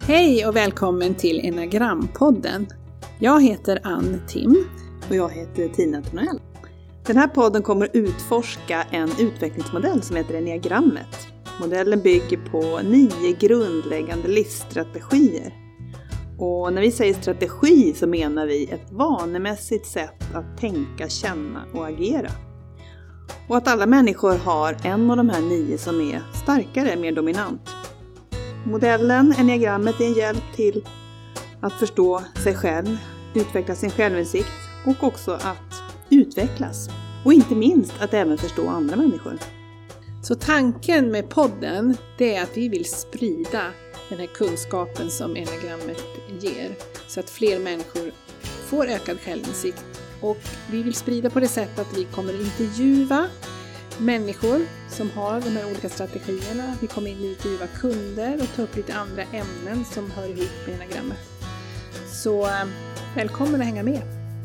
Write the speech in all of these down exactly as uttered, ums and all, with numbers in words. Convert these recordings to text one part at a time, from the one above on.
Hej och välkommen till Enagrampodden. Jag heter Ann Tim. Och jag heter Tina Tornell. Den här podden kommer utforska en utvecklingsmodell som heter Enneagrammet. Modellen bygger på nio grundläggande livsstrategier. Och när vi säger strategi så menar vi ett vanemässigt sätt att tänka, känna och agera. Och att alla människor har en av de här nio som är starkare, mer dominant. Modellen, enneagrammet, är en hjälp till att förstå sig själv, utveckla sin självinsikt och också att utvecklas. Och inte minst att även förstå andra människor. Så tanken med podden, det är att vi vill sprida den här kunskapen som enneagrammet ger. Så att fler människor får ökad självinsikt. Och vi vill sprida på det sättet att vi kommer intervjua människor som har de här olika strategierna. Vi kommer intervjua kunder och ta upp lite andra ämnen som hör ihop med enneagrammet. Så välkommen att hänga med!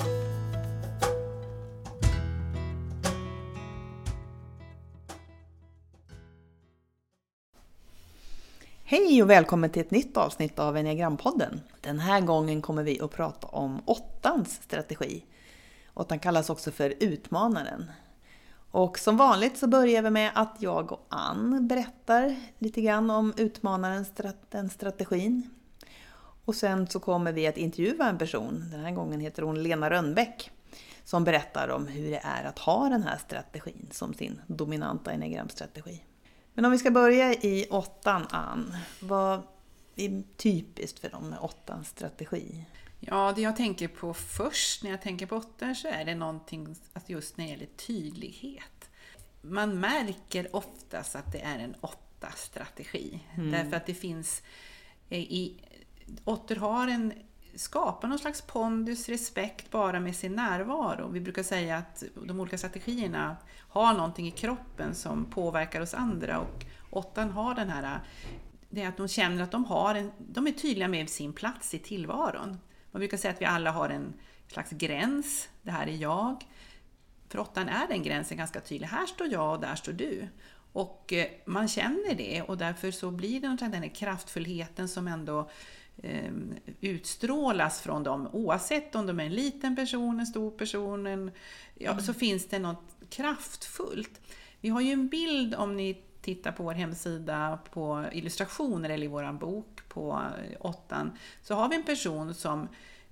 Hej och välkommen till ett nytt avsnitt av Enneagrampodden. Den här gången kommer vi att prata om åttans strategi. Åttan kallas också för utmanaren. Och som vanligt så börjar vi med att jag och Ann berättar lite grann om utmanaren, den strategin. Och sen så kommer vi att intervjua en person. Den här gången heter hon Lena Rönnbäck. Som berättar om hur det är att ha den här strategin som sin dominanta enneagramstrategi. Men om vi ska börja i åttan, Ann. Vad är typiskt för dem med åttans strategi? Ja, det jag tänker på först när jag tänker på åttan så är det någonting att just när det gäller tydlighet. Man märker oftast att det är en åtta-strategi. Mm. Därför att det finns i åttor har en skapar någon slags pondus, respekt bara med sin närvaro. Vi brukar säga att de olika strategierna har någonting i kroppen som påverkar oss andra, och åttan har den här, det är att de känner att de har en, de är tydliga med sin plats i tillvaron. Man brukar säga att vi alla har en slags gräns, det här är jag. För åttan är den gränsen ganska tydlig, här står jag och där står du. Och man känner det, och därför så blir det den här kraftfullheten som ändå utstrålas från dem, oavsett om de är en liten person, en stor person, en, ja, mm. så finns det något kraftfullt. Vi har ju en bild, om ni tittar på vår hemsida på illustrationer eller i våran bok på åttan, så har vi en person som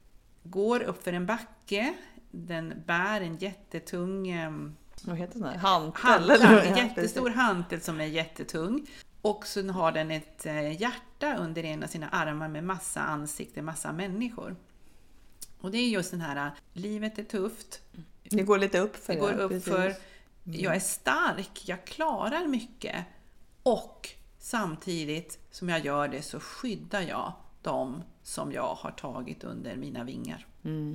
går upp för en backe, den bär en jättetung vad heter det? Hantel, hantel, en jättestor hantel som är jättetung. Och så har den ett hjärta under en av sina armar med massa ansikten, massa människor. Och det är just den här, livet är tufft. Det går lite upp för det. går upp för, jag är stark, jag klarar mycket. Och samtidigt som jag gör det så skyddar jag dem som jag har tagit under mina vingar. Mm.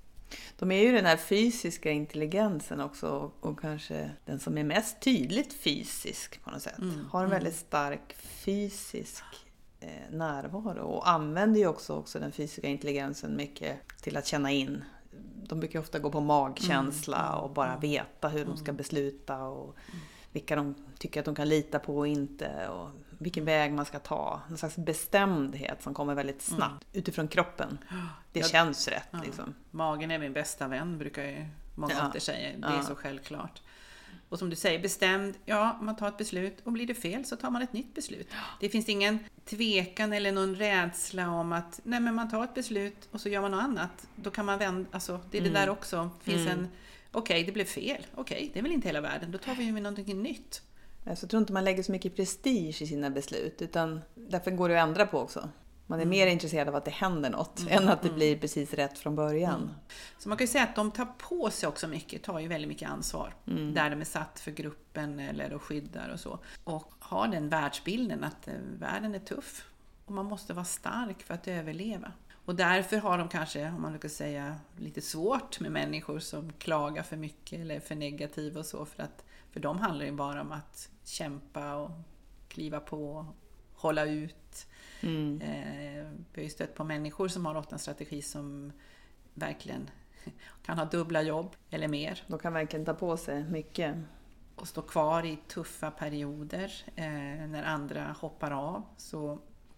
De är ju den här fysiska intelligensen också, och, och kanske den som är mest tydligt fysisk på något sätt. Mm, har en väldigt mm. stark fysisk eh, närvaro, och använder ju också, också den fysiska intelligensen mycket till att känna in. De brukar ofta gå på magkänsla mm, och bara mm, veta hur mm. de ska besluta och mm. vilka de tycker att de kan lita på och inte, och vilken väg man ska ta. En slags bestämdhet som kommer väldigt snabbt mm. utifrån kroppen. Det ja, känns rätt. Ja. Liksom. Magen är min bästa vän, brukar ju många ja. åter säga. Det ja. är så självklart. Och som du säger, bestämd, ja, man tar ett beslut, och blir det fel så tar man ett nytt beslut. Det finns ingen tvekan eller någon rädsla om att nej, men man tar ett beslut och så gör man något annat. Då kan man vända, alltså det är mm. det där också. Finns mm. en, okej, okay, det blev fel. Okej, okay, det är väl inte hela världen. Då tar vi ju med någonting nytt. Jag tror inte man lägger så mycket prestige i sina beslut, utan därför går det att ändra på också. Man är mm. mer intresserad av att det händer något mm. än att det blir precis rätt från början. Mm. Så man kan ju säga att de tar på sig också mycket, tar ju väldigt mycket ansvar. Mm. Där de är satt för gruppen eller och skyddar och så. Och har den världsbilden att världen är tuff och man måste vara stark för att överleva. Och därför har de kanske, om man kan säga, lite svårt med människor som klagar för mycket eller är för negativa och så. För, att, för de handlar ju bara om att kämpa och kliva på, hålla ut. Mm. Eh, vi har ju stött på människor som har åttan strategi som verkligen kan ha dubbla jobb eller mer. De kan verkligen ta på sig mycket. Och stå kvar i tuffa perioder. Eh, när andra hoppar av så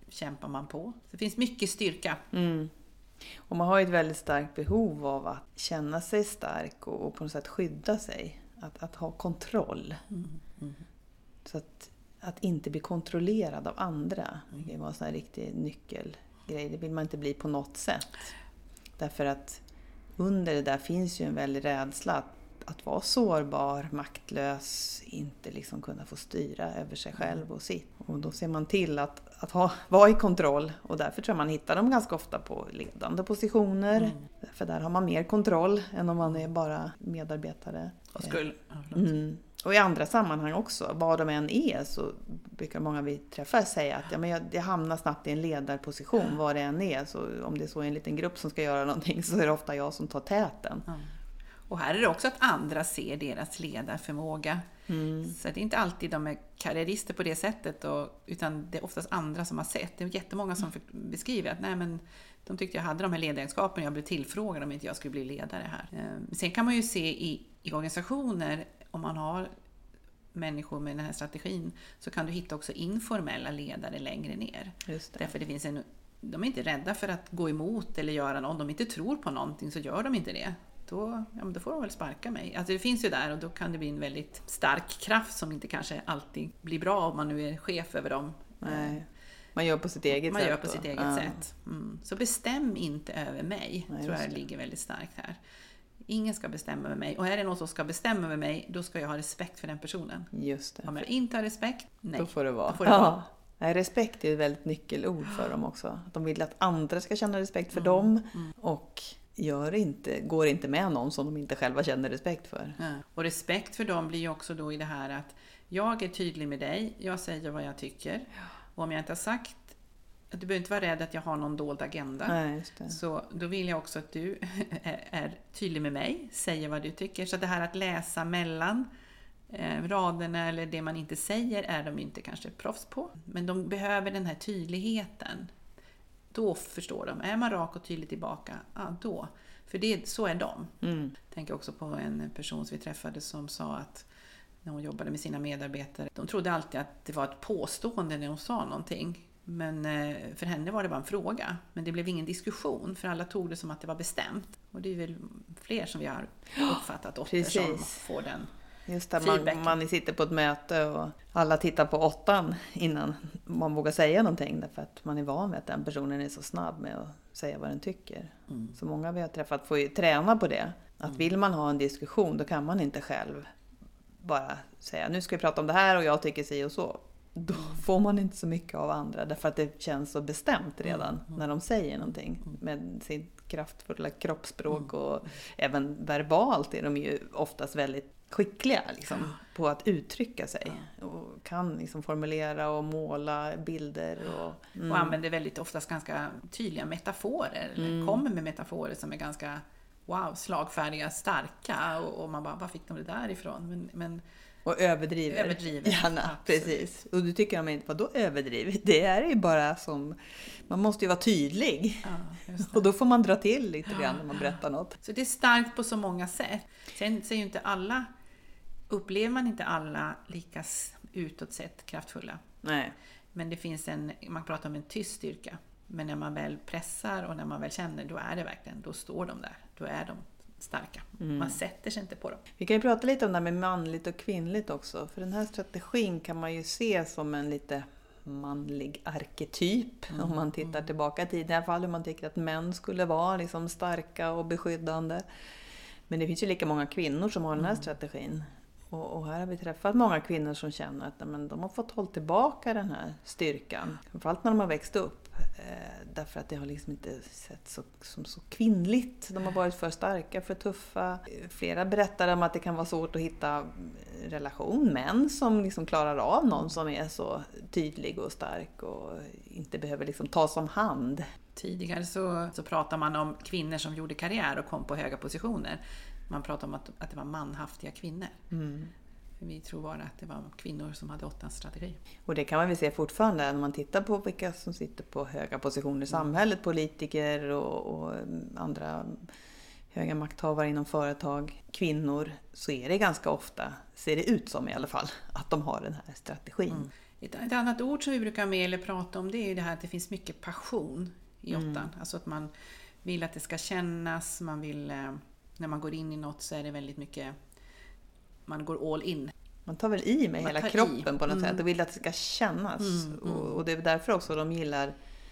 kämpar man på. Så det finns mycket styrka. Mm. Och man har ju ett väldigt starkt behov av att känna sig stark och, och på något sätt skydda sig. Att, att ha kontroll. Mm. Mm. Så att, att inte bli kontrollerad av andra. Det var en sån här riktig nyckelgrej. Det vill man inte bli på något sätt. Därför att under det där finns ju en väldig rädsla att, att vara sårbar, maktlös, inte liksom kunna få styra över sig själv och sitt. Och då ser man till att, att ha, vara i kontroll, och därför tror jag man hittar dem ganska ofta på ledande positioner. Mm. För där har man mer kontroll än om man är bara medarbetare. Och skulle. Mm. Och i andra sammanhang också, vad de än är, så brukar många vi träffar säga att ja, men jag, jag hamnar snabbt i en ledarposition, vad det än är. Så om det är så en liten grupp som ska göra någonting, så är det ofta jag som tar täten. Mm. Och här är det också att andra ser deras ledarförmåga. Mm. Så det är inte alltid de är karriärister på det sättet, och, utan det är oftast andra som har sett. Det är jättemånga som mm. beskriver att nej, men de tyckte jag hade de här ledaregenskaperna, jag blev tillfrågad om inte jag skulle bli ledare här. Sen kan man ju se i, i organisationer, om man har människor med den här strategin, så kan du hitta också informella ledare längre ner. Just det. Därför det finns en, de är inte rädda för att gå emot eller göra något. Om de inte tror på någonting så gör de inte det. Då, ja, då får de väl sparka mig. Alltså det finns ju där, och då kan det bli en väldigt stark kraft som inte kanske alltid blir bra om man nu är chef över dem. Nej. Man gör på sitt eget man sätt. Man gör på sitt eget ja. sätt. Mm. Så bestäm inte över mig. Nej, tror jag det ligger väldigt starkt här. Ingen ska bestämma över mig. Och är det någon som ska bestämma över mig, då ska jag ha respekt för den personen. Just det. Om jag inte har respekt, nej. Då får det vara. Då får det vara. Ja. Respekt är ett väldigt nyckelord för dem också. Att de vill att andra ska känna respekt för mm. dem. Mm. Och gör inte, går inte med någon som de inte själva känner respekt för. Ja. Och respekt för dem blir ju också då i det här att jag är tydlig med dig. Jag säger vad jag tycker. Ja. Och om jag inte har sagt, att du behöver inte vara rädd att jag har någon dold agenda. Nej, just det. Så då vill jag också att du är, är tydlig med mig. Säger vad du tycker. Så det här att läsa mellan eh, raderna eller det man inte säger är de inte kanske proffs på. Men de behöver den här tydligheten. Då förstår de. Är man rak och tydlig tillbaka, ja då. För det, så är de. Mm. Jag tänker också på en person som vi träffade som sa att när hon jobbade med sina medarbetare, de trodde alltid att det var ett påstående när hon sa någonting. Men för henne var det bara en fråga. Men det blev ingen diskussion, för alla tog det som att det var bestämt. Och det är väl fler som vi har uppfattat åttor som får den. Just det, man, man sitter på ett möte och alla tittar på åttan innan man vågar säga någonting. Därför att man är van vid att den personen är så snabb med att säga vad den tycker. Mm. Så många vi har träffat får ju träna på det. Att mm. vill man ha en diskussion, då kan man inte själv bara säga nu ska vi prata om det här och jag tycker si och så. Då får man inte så mycket av andra. Därför att det känns så bestämt redan mm. Mm. när de säger någonting. Med sin kraftfulla kroppsspråk och mm. även verbalt är de ju oftast väldigt skickliga liksom, ja. på att uttrycka sig. Ja. Och kan liksom formulera och måla bilder. Och, mm. och använder väldigt oftast ganska tydliga metaforer. Mm. Eller kommer med metaforer som är ganska wow, slagfärdiga, starka. Och, och man bara, var fick de det där ifrån? Men, men och överdriver. Överdriver. Gärna, absolut. Precis. Och du tycker de inte, vadå överdrivet? Det är ju bara som, man måste ju vara tydlig. Ja, och då får man dra till lite grann när man berättar något. Så det är starkt på så många sätt. Sen säger ju inte alla, upplever man inte alla lika utåt sett kraftfulla. Nej. Men det finns en, man pratar om en tyst styrka. Men när man väl pressar och när man väl känner, då är det verkligen, då står de där. Då är de starka. Mm. Man sätter sig inte på dem. Vi kan ju prata lite om det här med manligt och kvinnligt också. För den här strategin kan man ju se som en lite manlig arketyp. Mm. Om man tittar tillbaka i tiden. I alla fall hur man tycker att män skulle vara liksom starka och beskyddande. Men det finns ju lika många kvinnor som har den här mm. strategin. Och, och här har vi träffat många kvinnor som känner att men, de har fått hålla tillbaka den här styrkan. Framförallt när de har växt upp. Eh, därför att det har liksom inte sett så, som så kvinnligt. De har varit för starka, för tuffa. Flera berättar om att det kan vara svårt att hitta relation. Män som liksom klarar av någon som är så tydlig och stark och inte behöver liksom tas om hand. Tidigare så, så pratar man om kvinnor som gjorde karriär och kom på höga positioner. Man pratar om att, att det var manhaftiga kvinnor. Mm. Vi tror bara att det var kvinnor som hade åttans strategi. Och det kan man väl se fortfarande när man tittar på vilka som sitter på höga positioner i samhället. Politiker och, och andra höga makthavare inom företag. Kvinnor, så är det ganska ofta, ser det ut som i alla fall, att de har den här strategin. Mm. Ett, ett annat ord som vi brukar med eller prata om, det är ju det här att det finns mycket passion i åttan. Mm. Alltså att man vill att det ska kännas, man vill, eh, när man går in i något så är det väldigt mycket, man går all in. Man tar väl i med man hela kroppen i. På något mm. sätt och vill att det ska kännas. Mm, mm. Och, och det är därför också de gillar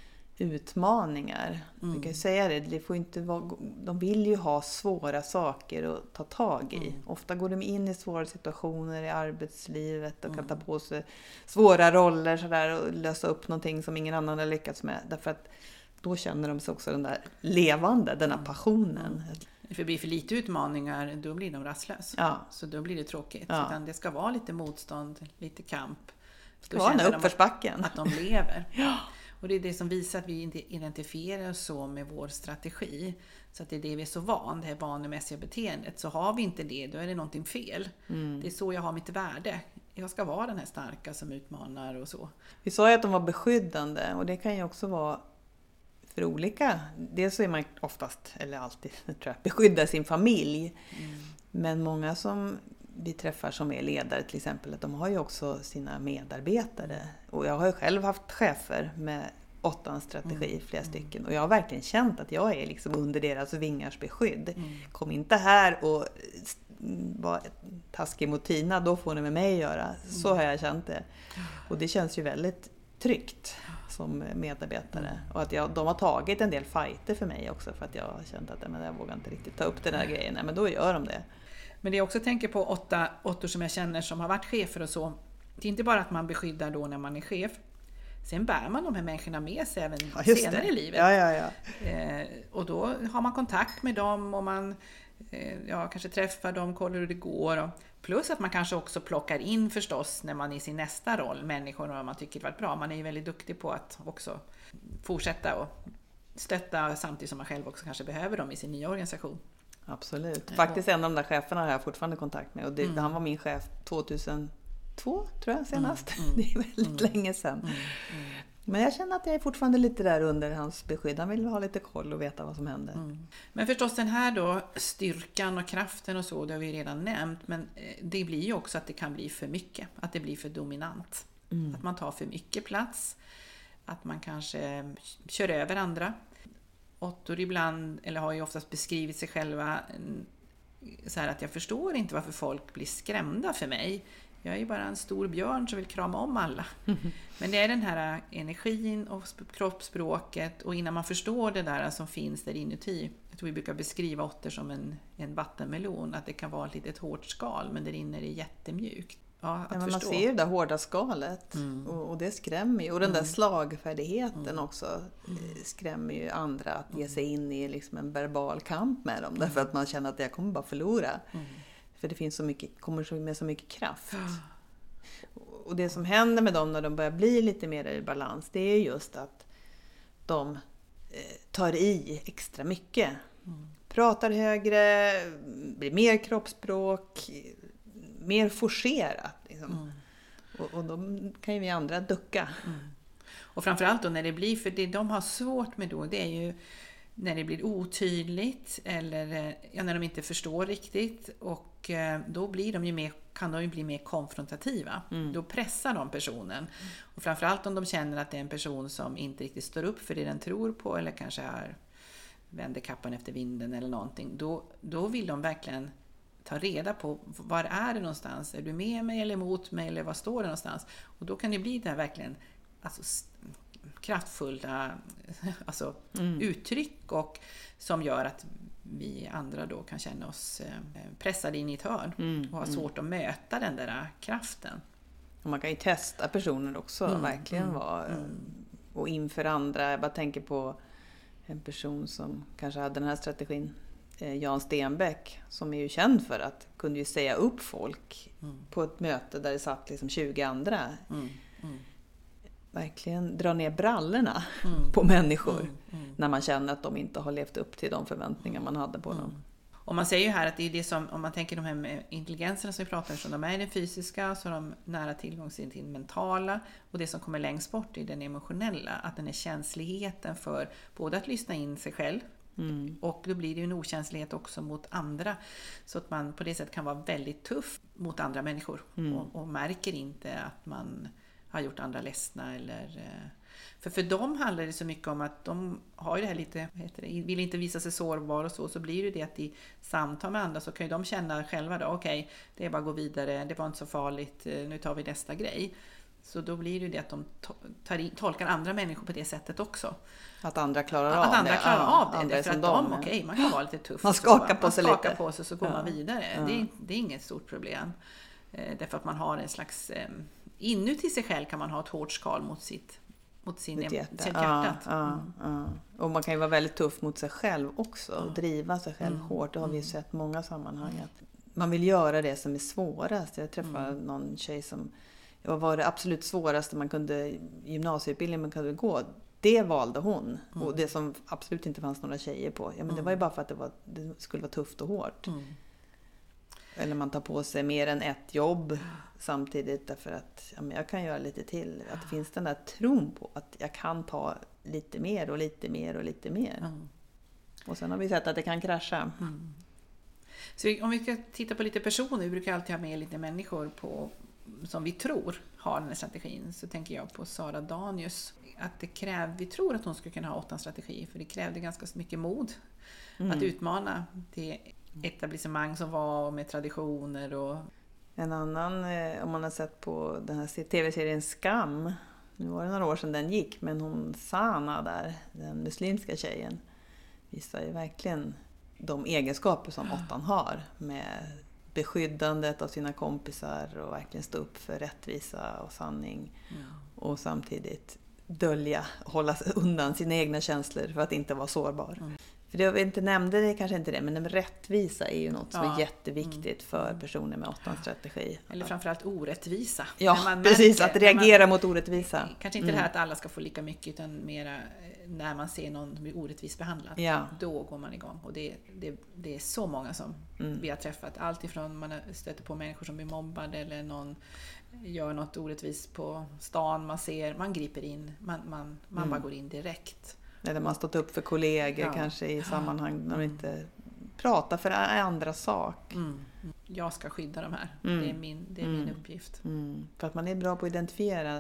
utmaningar. Mm. Jag kan ju säga det, det får inte vara, de vill ju ha svåra saker att ta tag i. Mm. Ofta går de in i svåra situationer i arbetslivet och mm. kan ta på sig svåra roller så där, och lösa upp någonting som ingen annan har lyckats med. Därför att då känner de sig också den där levande, den här passionen. Mm. För det blir för lite utmaningar, då blir de rastlösa. Ja. Så då blir det tråkigt. Ja. Utan det ska vara lite motstånd, lite kamp. Det ska vara den uppförsbacken. Att de lever. Ja. Och det är det som visar att vi inte identifierar oss så med vår strategi. Så att det är det vi är så van, det här vanemässiga beteendet. Så har vi inte det, då är det någonting fel. Mm. Det är så jag har mitt värde. Jag ska vara den här starka som utmanar och så. Vi sa ju att de var beskyddande, och det kan ju också vara för olika. Dels så är man oftast, eller alltid, tror jag, beskydda sin familj. Mm. Men många som vi träffar som är ledare till exempel, att de har ju också sina medarbetare. Och jag har ju själv haft chefer med åttans strategi, mm. flera stycken. Och jag har verkligen känt att jag är liksom under deras vingars beskydd. Mm. Kom inte här och var taskig mot Tina, då får ni med mig att göra. Så har jag känt det. Och det känns ju väldigt tryggt som medarbetare. Mm. Och att jag, de har tagit en del fighter för mig också, för att jag har känt att men jag vågar inte riktigt ta upp den här grejen. Nej, men då gör de det. Men det jag också tänker på åtta, åttor som jag känner som har varit chefer och så. Det är inte bara att man beskyddar då när man är chef. Sen bär man de här människorna med sig även ja, senare det. i livet. Ja, ja, ja. Eh, och då har man kontakt med dem och man eh, ja, kanske träffar dem, kollar hur det går. Och, plus att man kanske också plockar in förstås när man är i sin nästa roll människor och man tycker det varit bra. Man är ju väldigt duktig på att också fortsätta och stötta samtidigt som man själv också kanske behöver dem i sin nya organisation. Absolut. Faktiskt en av de där cheferna har jag fortfarande kontakt med. Och det, mm. han var min chef tjugohundratvå tror jag senast. Mm. Mm. Det är väldigt mm. länge sedan. Mm. Mm. Men jag känner att jag är fortfarande lite där under hans beskydd. Han vill ha lite koll och veta vad som händer. Mm. Men förstås den här då, styrkan och kraften och så, det har vi redan nämnt. Men det blir ju också att det kan bli för mycket. Att det blir för dominant. Mm. Att man tar för mycket plats. Att man kanske kör över andra. Åttor ibland, eller har ju oftast beskrivit sig själva så här att jag förstår inte varför folk blir skrämda för mig. Jag är ju bara en stor björn som vill krama om alla. Mm. Men det är den här energin och kroppsspråket, och innan man förstår det där som finns där inuti. Jag tror vi brukar beskriva åttor som en, en vattenmelon, att det kan vara ett litet hårt skal men där inne är det jättemjukt. Ja, att ja, men man ser ju det där hårda skalet mm. och, och det skrämmer ju. Och den där mm. slagfärdigheten mm. också mm. skrämmer ju andra att ge sig in i liksom en verbal kamp med dem. Mm. Därför att man känner att jag kommer bara förlora. Mm. För det finns så mycket, kommer med så mycket kraft. Mm. Och det som händer med dem när de börjar bli lite mer i balans, det är just att de tar i extra mycket. Mm. Pratar högre, blir mer kroppsspråk, mer forcerat. Liksom. Mm. Och, och då kan ju vi andra ducka. Mm. Och framförallt då när det blir, för det de har svårt med då, det är ju när det blir otydligt eller ja, när de inte förstår riktigt, och då blir de ju mer, kan de ju bli mer konfrontativa. Mm. Då pressar de personen. Mm. Och framförallt om de känner att det är en person som inte riktigt står upp för det den tror på, eller kanske är vänder kappan efter vinden eller någonting, då, då vill de verkligen ta reda på var är det någonstans, är du med mig eller emot mig, eller vad står det någonstans, och då kan det bli det här verkligen alltså, kraftfulla alltså, mm. uttryck, och som gör att vi andra då kan känna oss pressade in i ett hörn mm. och ha svårt mm. att möta den där kraften. Och man kan ju testa personer också, mm. verkligen mm. vara mm. och inför andra. Jag bara tänker på en person som kanske hade den här strategin, Jan Stenbeck, som är ju känd för att kunde ju säga upp folk mm. på ett möte där det satt liksom tjugo andra. Mm. Mm. Verkligen dra ner brallorna mm. på människor mm. Mm. när man känner att de inte har levt upp till de förväntningar man hade på mm. dem. Och man säger ju här att det är det som, om man tänker de här intelligenserna som vi pratar om, så de är den fysiska, så de nära tillgång till den mentala, och det som kommer längst bort är den emotionella, att den är känsligheten för både att lyssna in sig själv mm. och då blir det ju en okänslighet också mot andra, så att man på det sättet kan vara väldigt tuff mot andra människor mm. och, och märker inte att man har gjort andra ledsna. Eller, för för dem handlar det så mycket om att de har ju det här lite, vad heter det, vill inte visa sig sårbar och så. Så blir det det att i samtal med andra så kan ju de känna själva då, okej, okay, det är bara att gå vidare, det var inte så farligt, nu tar vi nästa grej. Så då blir det det att de tar in, tolkar andra människor på det sättet också. Att andra klarar att av andra det. klarar ja, av det. andra För att de, de, okej, okay, man kan vara lite tuff. Man skakar så, på sig man skakar lite. på sig så går ja. man vidare. Ja. Det, är, det är inget stort problem. Eh, därför att man har en slags... Eh, inuti sig själv kan man ha ett hårt skal mot sitt, mot sin, sitt hjärta. Sitt hjärtat. Ja, mm. ja, ja. Och man kan ju vara väldigt tuff mot sig själv också. Och Ja. driva sig själv Mm. hårt. Det har vi ju Mm. sett många sammanhang. Att man vill göra det som är svårast. Jag träffade Mm. någon tjej som... Vad var det absolut svåraste man kunde... Gymnasieutbildning man kunde gå... Det valde hon. Mm. Och det som absolut inte fanns några tjejer på. Ja, men Mm. det var ju bara för att det, var, det skulle vara tufft och hårt. Mm. Eller man tar på sig mer än ett jobb samtidigt. Därför att ja, men jag kan göra lite till. Att det finns den där tron på att jag kan ta lite mer och lite mer och lite mer. Mm. Och sen har vi sett att det kan krascha. Mm. Så om vi ska titta på lite personer, vi brukar alltid ha med lite människor på, som vi tror har den här strategin. Så tänker jag på Sara Danius. Att det kräv, vi tror att hon skulle kunna ha åttan strategi, för det krävde ganska mycket mod Mm. att utmana det etablissemang som var med traditioner. Och... En annan, eh, om man har sett på den här tv-serien Skam. Nu var det några år sedan den gick. Men hon Sana där, den muslimska tjejen, visar ju verkligen de egenskaper som åttan har. Med beskyddandet av sina kompisar och verkligen stå upp för rättvisa och sanning. Ja. Och samtidigt dölja, hålla undan sina egna känslor för att inte vara sårbar. Mm. För det jag inte nämnde det kanske inte det, men rättvisa är ju något som Ja. är jätteviktigt för personer med åttans strategi. Eller framförallt orättvisa. Ja, När man precis. märker- Att reagera när man, mot orättvisa. Kanske inte det här att alla ska få lika mycket, utan mera när man ser någon bli orättvist behandlad. Ja. Då går man igång. Och det, det, det är så många som Mm. vi har träffat. Allt ifrån man stöter på människor som blir mobbade eller någon gör något orättvist på stan. Man ser, man griper in. Man, man, man Mm. bara går in direkt. Eller man har stått upp för kollegor Ja. kanske i sammanhang när de Mm. inte pratar för andra sak. Mm. Jag ska skydda de här. Mm. Det är, min, det är Mm. min uppgift. Mm. För att man är bra på att identifiera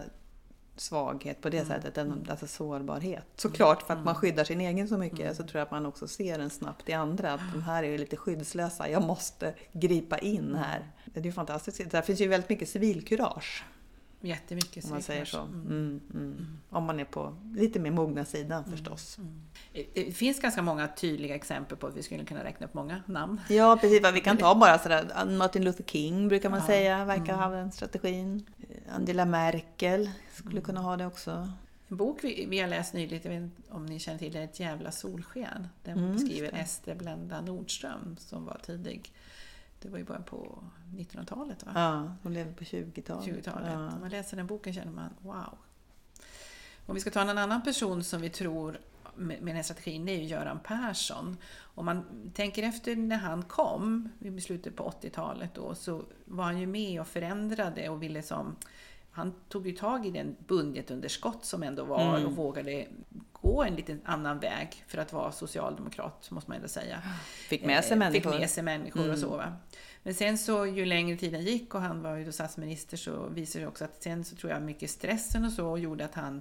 svaghet på det Mm. sättet, en, Mm. alltså sårbarhet. Såklart, för att Mm. man skyddar sin egen så mycket Mm. så tror jag att man också ser den snabbt i andra. Att de här är ju lite skyddslösa, jag måste gripa in här. Det är ju fantastiskt. Där finns ju väldigt mycket civilkurage. Jättemycket. Om man säger så. Mm. Mm, mm. Om man är på lite mer mogna sidan förstås. Mm. Det finns ganska många tydliga exempel på att vi skulle kunna räkna upp många namn. Ja, precis. Vi kan ta bara sådär. Martin Luther King brukar man Ja. säga, verkar Mm. ha den strategin. Angela Merkel skulle Mm. kunna ha det också. En bok vi, vi har läst nyligen, jag vet inte om ni känner till det, Ett jävla solsken. Den Mm, beskriver just det. Ester Blenda Nordström som var tidig. Det var ju bara på nittonhundratalet, va? Ja, hon levde på tjugotalet. tjugotalet. Ja. När man läser den boken känner man, wow. Om vi ska ta en annan person som vi tror med, med den här strategin, det är ju Göran Persson. Om man tänker efter när han kom i slutet på åttiotalet då, så var han ju med och förändrade och ville som... Han tog ju tag i den budgetunderskott som ändå var Mm. och vågade gå en liten annan väg för att vara socialdemokrat, måste man ändå säga. Fick med sig Eh, människor. Fick med sig människor Mm. och så, va? Men sen så ju längre tiden gick och han var ju då statsminister, så visade det också att sen så tror jag mycket stressen och så gjorde att han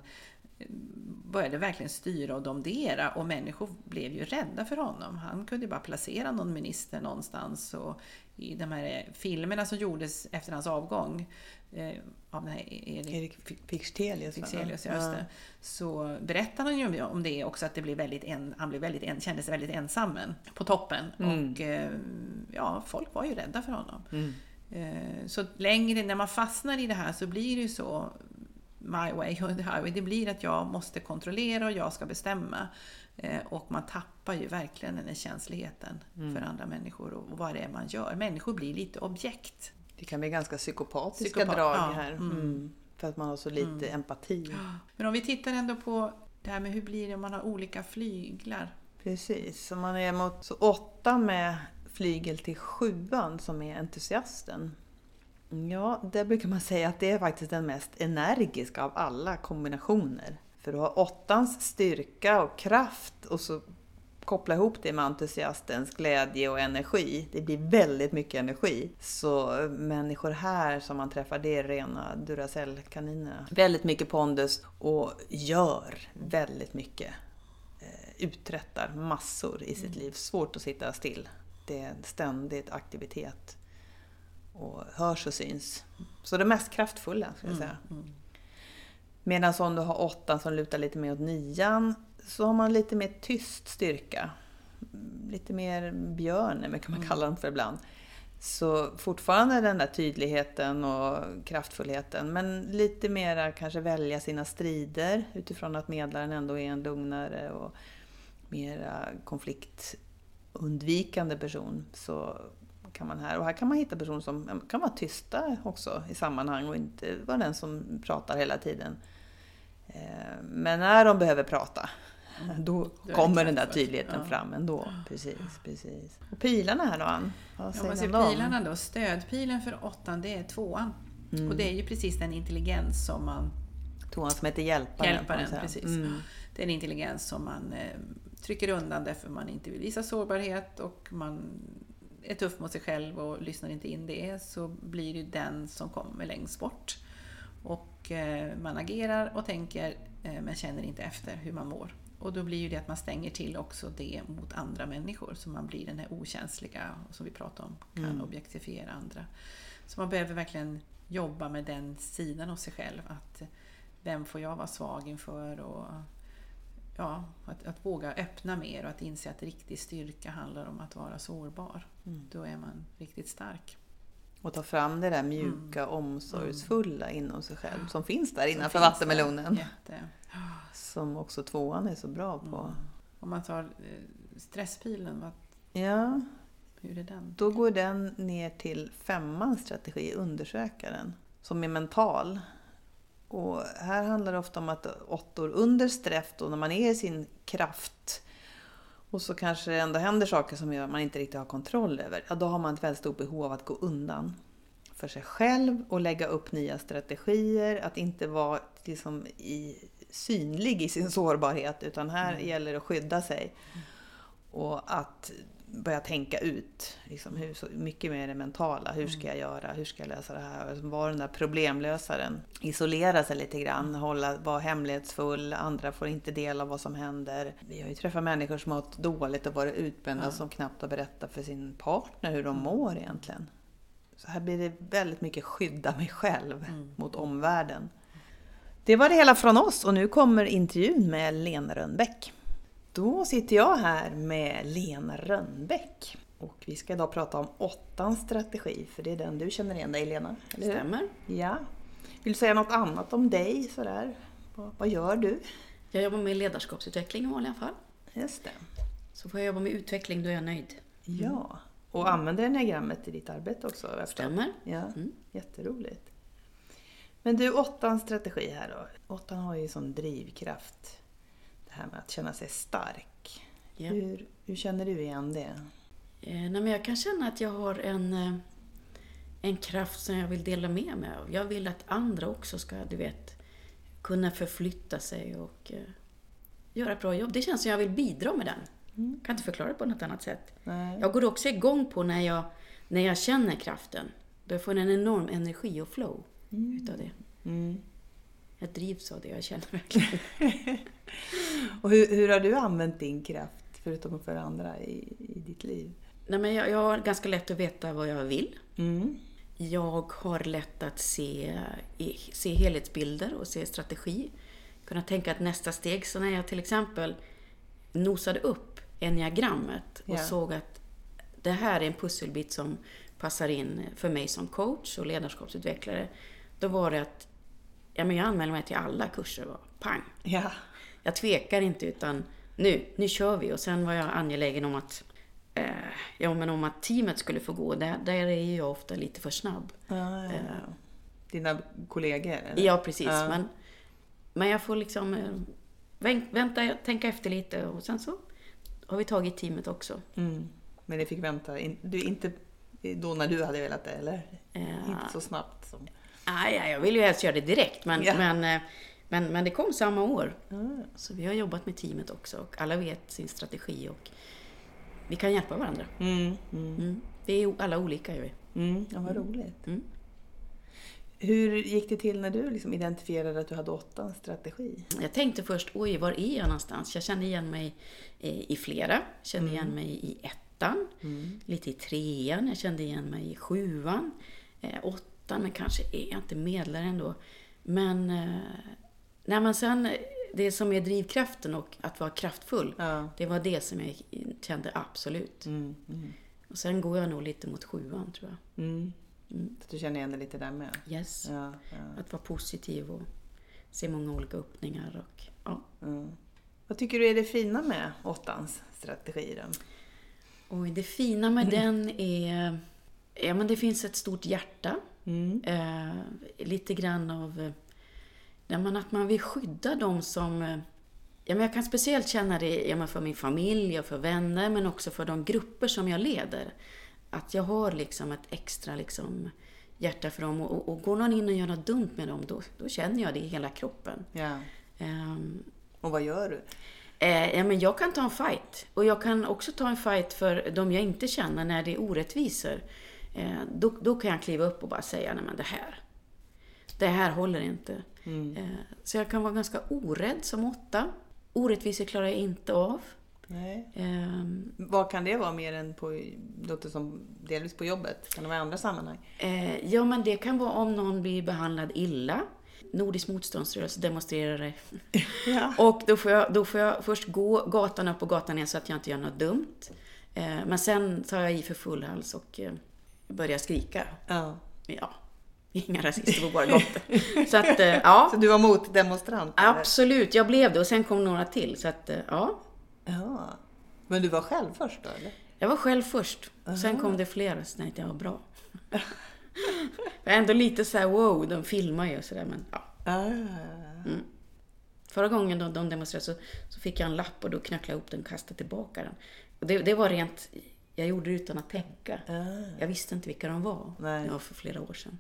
började verkligen styra och domdera, och människor blev ju rädda för honom. Han kunde bara placera någon minister någonstans, och i de här filmerna som gjordes efter hans avgång eh, av den här Erik, Erik Fixelius. Fixelius, just det, så berättade han ju om det också, att det blev väldigt en, han blev väldigt en, kände sig väldigt ensam på toppen. Mm. Och eh, ja, folk var ju rädda för honom. Mm. Eh, så längre, när man fastnar i det här, så blir det ju så, my way or the highway, det blir att jag måste kontrollera och jag ska bestämma. Eh, och man tappar ju verkligen den här känsligheten Mm. för andra människor och, och vad det är man gör. Människor blir lite objekt. Det kan bli ganska psykopatiska Psykopat, drag ja. här. Mm. Mm. För att man har så lite Mm. empati. Men om vi tittar ändå på det här med hur blir det om man har olika flyglar. Precis, så man är mot så åtta med flygel till sjuan som är entusiasten. Ja, där brukar man säga att det är faktiskt den mest energiska av alla kombinationer. För du har åttans styrka och kraft och så koppla ihop det med entusiastens glädje och energi. Det blir väldigt mycket energi. Så människor här som man träffar, det är rena Duracell-kaninerna. Väldigt mycket pondus och gör väldigt mycket. Uträttar massor i sitt liv. Svårt att sitta still. Det är ständigt aktivitet. Och hörs och syns. Så det mest kraftfulla, ska jag säga. Mm, mm. Medan om du har åttan som lutar lite mer åt nian, så har man lite mer tyst styrka. Lite mer björn, kan man kalla dem för ibland. Så fortfarande den där tydligheten och kraftfullheten. Men lite mer kanske välja sina strider utifrån att medlaren ändå är en lugnare och mer konfliktundvikande person. Så kan man här, och här kan man hitta personer som kan vara tysta också i sammanhang och inte vara den som pratar hela tiden. Men när de behöver prata, då kommer den där tydligheten ja. fram ändå. Precis, precis. Och pilarna här då, Ann? Vad säger ja, man pilarna då? Stödpilen för åttan, det är tvåan. Mm. Och det är ju precis den intelligens som man... Tvåan som heter hjälparen. Hjälparen, precis. Mm. Det är en intelligens som man eh, trycker undan därför man inte vill visa sårbarhet och man är tuff mot sig själv och lyssnar inte in det, så blir det den som kommer längst bort. Och eh, man agerar och tänker eh, men känner inte efter hur man mår. Och då blir ju det att man stänger till också det mot andra människor. Så man blir den här okänsliga, som vi pratar om, kan mm. objektifiera andra. Så man behöver verkligen jobba med den sidan av sig själv. Att vem får jag vara svag inför? Och ja, att, att våga öppna mer och att inse att riktig styrka handlar om att vara sårbar. Mm. Då är man riktigt stark. Och ta fram det där mjuka, mm. omsorgsfulla mm. inom sig själv. Som finns där innanför vattenmelonen. Jätte. Som också tvåan är så bra på. Mm. Om man tar stresspilen, vad... ja. hur är den? Då går den ner till femmans strategi, undersökaren. Som är mental. Och här handlar det ofta om att åttor under stress då, när man är i sin kraft och så kanske det ändå händer saker som gör att man inte riktigt har kontroll över. Ja, då har man ett väldigt stort behov av att gå undan för sig själv och lägga upp nya strategier. Att inte vara liksom i, synlig i sin sårbarhet, utan här mm. gäller det att skydda sig. Mm. Och att börja tänka ut liksom, hur, så mycket mer det mentala. Hur ska jag göra? Hur ska jag lösa det här? Var den där problemlösaren. Isolera sig lite grann. Hålla, vara hemlighetsfull. Andra får inte del av vad som händer. Vi har ju träffat människor som har mått dåligt och varit utbrända, ja. Som knappt har berättat för sin partner hur de mår egentligen. Så här blir det väldigt mycket skydda mig själv mm. mot omvärlden. Det var det hela från oss, och nu kommer intervjun med Lena Rönnbäck. Då sitter jag här med Lena Rönnbäck och vi ska idag prata om åttans strategi, för det är den du känner igen dig, Lena. Eller hur? Stämmer. Ja. Vill du säga något annat om dig sådär? Vad, vad gör du? Jag jobbar med ledarskapsutveckling i vanliga fall. Just det. Så får jag jobba med utveckling, då är jag nöjd. Mm. Ja, och mm. använder enneagrammet i ditt arbete också? Stämmer. Ja, mm. Jätteroligt. Men du, åttans strategi här då. Åttan har ju sån drivkraft. Det här med att känna sig stark. Ja. Hur, hur känner du igen det? Eh, nej, men jag kan känna att jag har en, en kraft som jag vill dela med mig av. Jag vill att andra också ska, du vet, kunna förflytta sig och eh, göra ett bra jobb. Det känns som jag vill bidra med den. Mm. Jag kan inte förklara det på något annat sätt. Nej. Jag går också igång på när jag, när jag känner kraften. Då får jag en enorm energi och flow mm. utav det. Mm. Jag drivs av det, jag känner verkligen. Och hur, hur har du använt din kraft, förutom för andra, i, i ditt liv? Nej, men jag, jag har ganska lätt att veta vad jag vill. Mm. Jag har lätt att se, se helhetsbilder och se strategi. Kunna tänka att nästa steg, så när jag till exempel nosade upp enneagrammet och yeah. såg att det här är en pusselbit som passar in för mig som coach och ledarskapsutvecklare, då var det att ja, men jag anmälde mig till alla kurser och pang. Ja. Jag tvekar inte, utan nu, nu kör vi. Och sen var jag angelägen om att eh, ja, men om att teamet skulle få gå. Där, där är jag ofta lite för snabb. Ja, ja, ja. Eh, Dina kollegor? Eller? Ja, precis. Ja. Men, men jag får liksom eh, vänta, tänka efter lite, och sen så har vi tagit teamet också. Mm. Men det fick vänta. Du, inte då när du hade velat det, eller? Eh, inte så snabbt som... Nej, jag vill ju helst göra det direkt, men, ja. men, Men, men det kom samma år. Mm. Så vi har jobbat med teamet också. Och alla vet sin strategi och vi kan hjälpa varandra. Mm. Mm. Mm. Vi är alla olika. Är vi. Mm. Ja, vad roligt. Mm. Hur gick det till när du liksom identifierade att du hade åttans strategi? Jag tänkte först, oj, var är jag någonstans? Jag kände igen mig i flera. Jag kände Mm. igen mig i ettan, Mm. lite i trean. Jag kände igen mig i sjuan, eh, åttan, men kanske är jag inte medlare ändå. Men eh, när man sen, det som är drivkraften och att vara kraftfull, Ja. det var det som jag kände absolut. Mm. Mm. Och sen går jag nog lite mot sjuan, tror jag. Mm. Mm. Så du känner igen dig lite där med? Yes. Ja, ja. Att vara positiv och se många olika öppningar. Och, ja. Mm. Vad tycker du är det fina med åttans strategi då? Och det fina med den är, ja, men det finns ett stort hjärta. Mm. Eh, lite grann av eh, när man, att man vill skydda dem som, eh, ja, men jag kan speciellt känna det, ja, men för min familj och för vänner, men också för de grupper som jag leder. Att jag har liksom ett extra liksom, hjärta för dem, och, och, och går någon in och gör något dumt med dem, då, då känner jag det i hela kroppen. Ja. Eh, Och vad gör du? Eh, ja, men jag kan ta en fight. Och jag kan också ta en fight för de jag inte känner när det är orättvisor. Eh, då, då kan jag kliva upp och bara säga, nej men det här. Det här håller inte. Mm. Eh, så jag kan vara ganska orädd som åtta. Orättvisor klarar jag inte av. Nej. Eh, Vad kan det vara mer än på, låter som delvis på jobbet? Kan det vara i andra sammanhang? eh, ja, men det kan vara om någon blir behandlad illa. Nordisk motståndsrörelse demonstrerade. Ja. Och då får, jag, då får jag först gå gatan upp och gatan ner så att jag inte gör något dumt. Eh, men sen tar jag i för full hals och eh, börjar skrika. Ja. Ja, inga rasister på våra gator. Så att, eh, ja. Så du var motdemonstrant? eller? Absolut, jag blev det. Och sen kom några till. Så att, eh, ja. Ja. Men du var själv först då, eller? Jag var själv först. Sen kom det flera, så tänkte jag, var bra. Jag är ändå lite så här, wow, de filmar ju och sådär, men ja. Ah. Mm. Förra gången de, de demonstrerade så, så fick jag en lapp och då knacklade jag upp den och kastade tillbaka den. Och det, det var rent, jag gjorde det utan att tänka. Ah. Jag visste inte vilka de var. Nej. Det var för flera år sedan.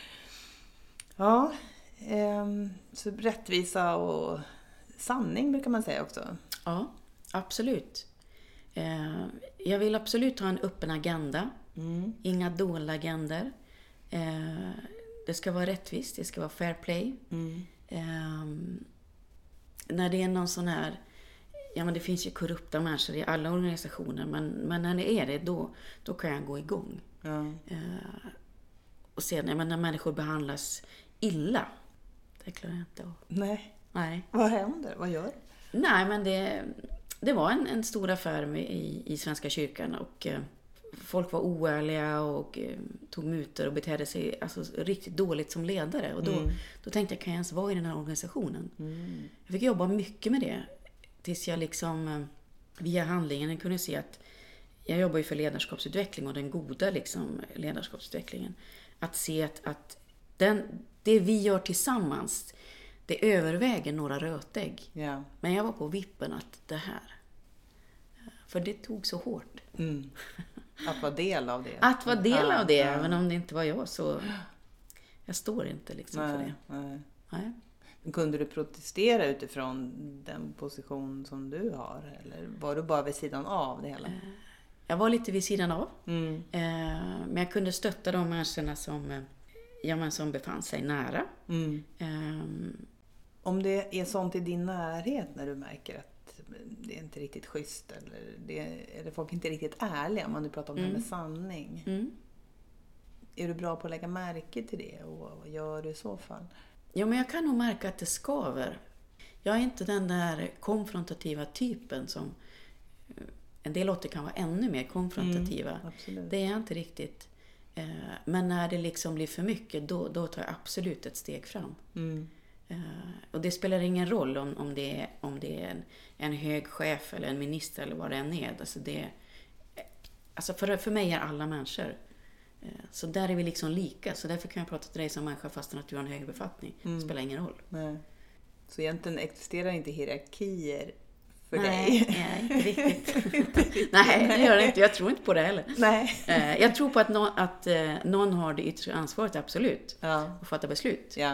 Ja, ehm, så rättvisa och sanning brukar man säga också. Ja, absolut. Eh, jag vill absolut ha en öppen agenda. Mm. Inga dolda agendor. Eh, det ska vara rättvist, det ska vara fair play. Mm. Eh, när det är någon sån här, ja men det finns ju korrupta människor i alla organisationer, men, men när det är det, då, då kan jag gå igång. Ja. Eh, och sen, ja, men när människor behandlas illa, det klarar jag inte av. Nej, Nej. vad händer? Vad gör du? Nej, men det, det var en, en stor affär med, i, i Svenska kyrkan, och eh, folk var oärliga och eh, tog mutor och betedde sig alltså, riktigt dåligt som ledare. Och då, Mm. då tänkte jag, kan jag ens vara i den här organisationen? Mm. Jag fick jobba mycket med det. Tills jag liksom eh, via handlingen kunde se att jag jobbar ju för ledarskapsutveckling och den goda liksom, ledarskapsutvecklingen. Att se att, att den, det vi gör tillsammans, det överväger några rötägg. Ja. Men jag var på vippen att det här. För det tog så hårt. Mm. Att vara del av det. Att vara del Ja, av det, ja. även om det inte var jag, så jag står inte liksom för Nej, det. nej. Nej. Men kunde du protestera utifrån den position som du har? Eller var du bara vid sidan av det hela? Jag var lite vid sidan av. Mm. Eh, men jag kunde stötta de människorna som, eh, ja, men som befann sig nära. Mm. Eh, Om det är sånt i din närhet när du märker att det är inte riktigt schysst eller, det, eller folk inte riktigt ärliga, om man nu pratar om det här med sanning. mm. Är du bra på att lägga märke till det och vad gör du i så fall? Ja, men jag kan nog märka att det skaver. Jag är inte den där konfrontativa typen som en del åter kan vara ännu mer konfrontativa. Mm, absolut. Det är jag inte riktigt. Eh, Men när det liksom blir för mycket, då, då tar jag absolut ett steg fram. Mm. Eh, Och det spelar ingen roll om, om det är, om det är en, en hög chef eller en minister eller vad det än är. Alltså, det, alltså för, för mig är alla människor. Eh, Så där är vi liksom lika. Så därför kan jag prata till dig som människa fastän att du har en högre befattning. Det spelar ingen roll. Nej. Så egentligen existerar inte hierarkier för Nej, dig? nej, inte riktigt. Nej, det gör det inte. Jag tror inte på det heller. Nej. Eh, Jag tror på att, någon, att eh, någon har det yttre ansvaret, absolut. Ja. Och fatta beslut. Ja.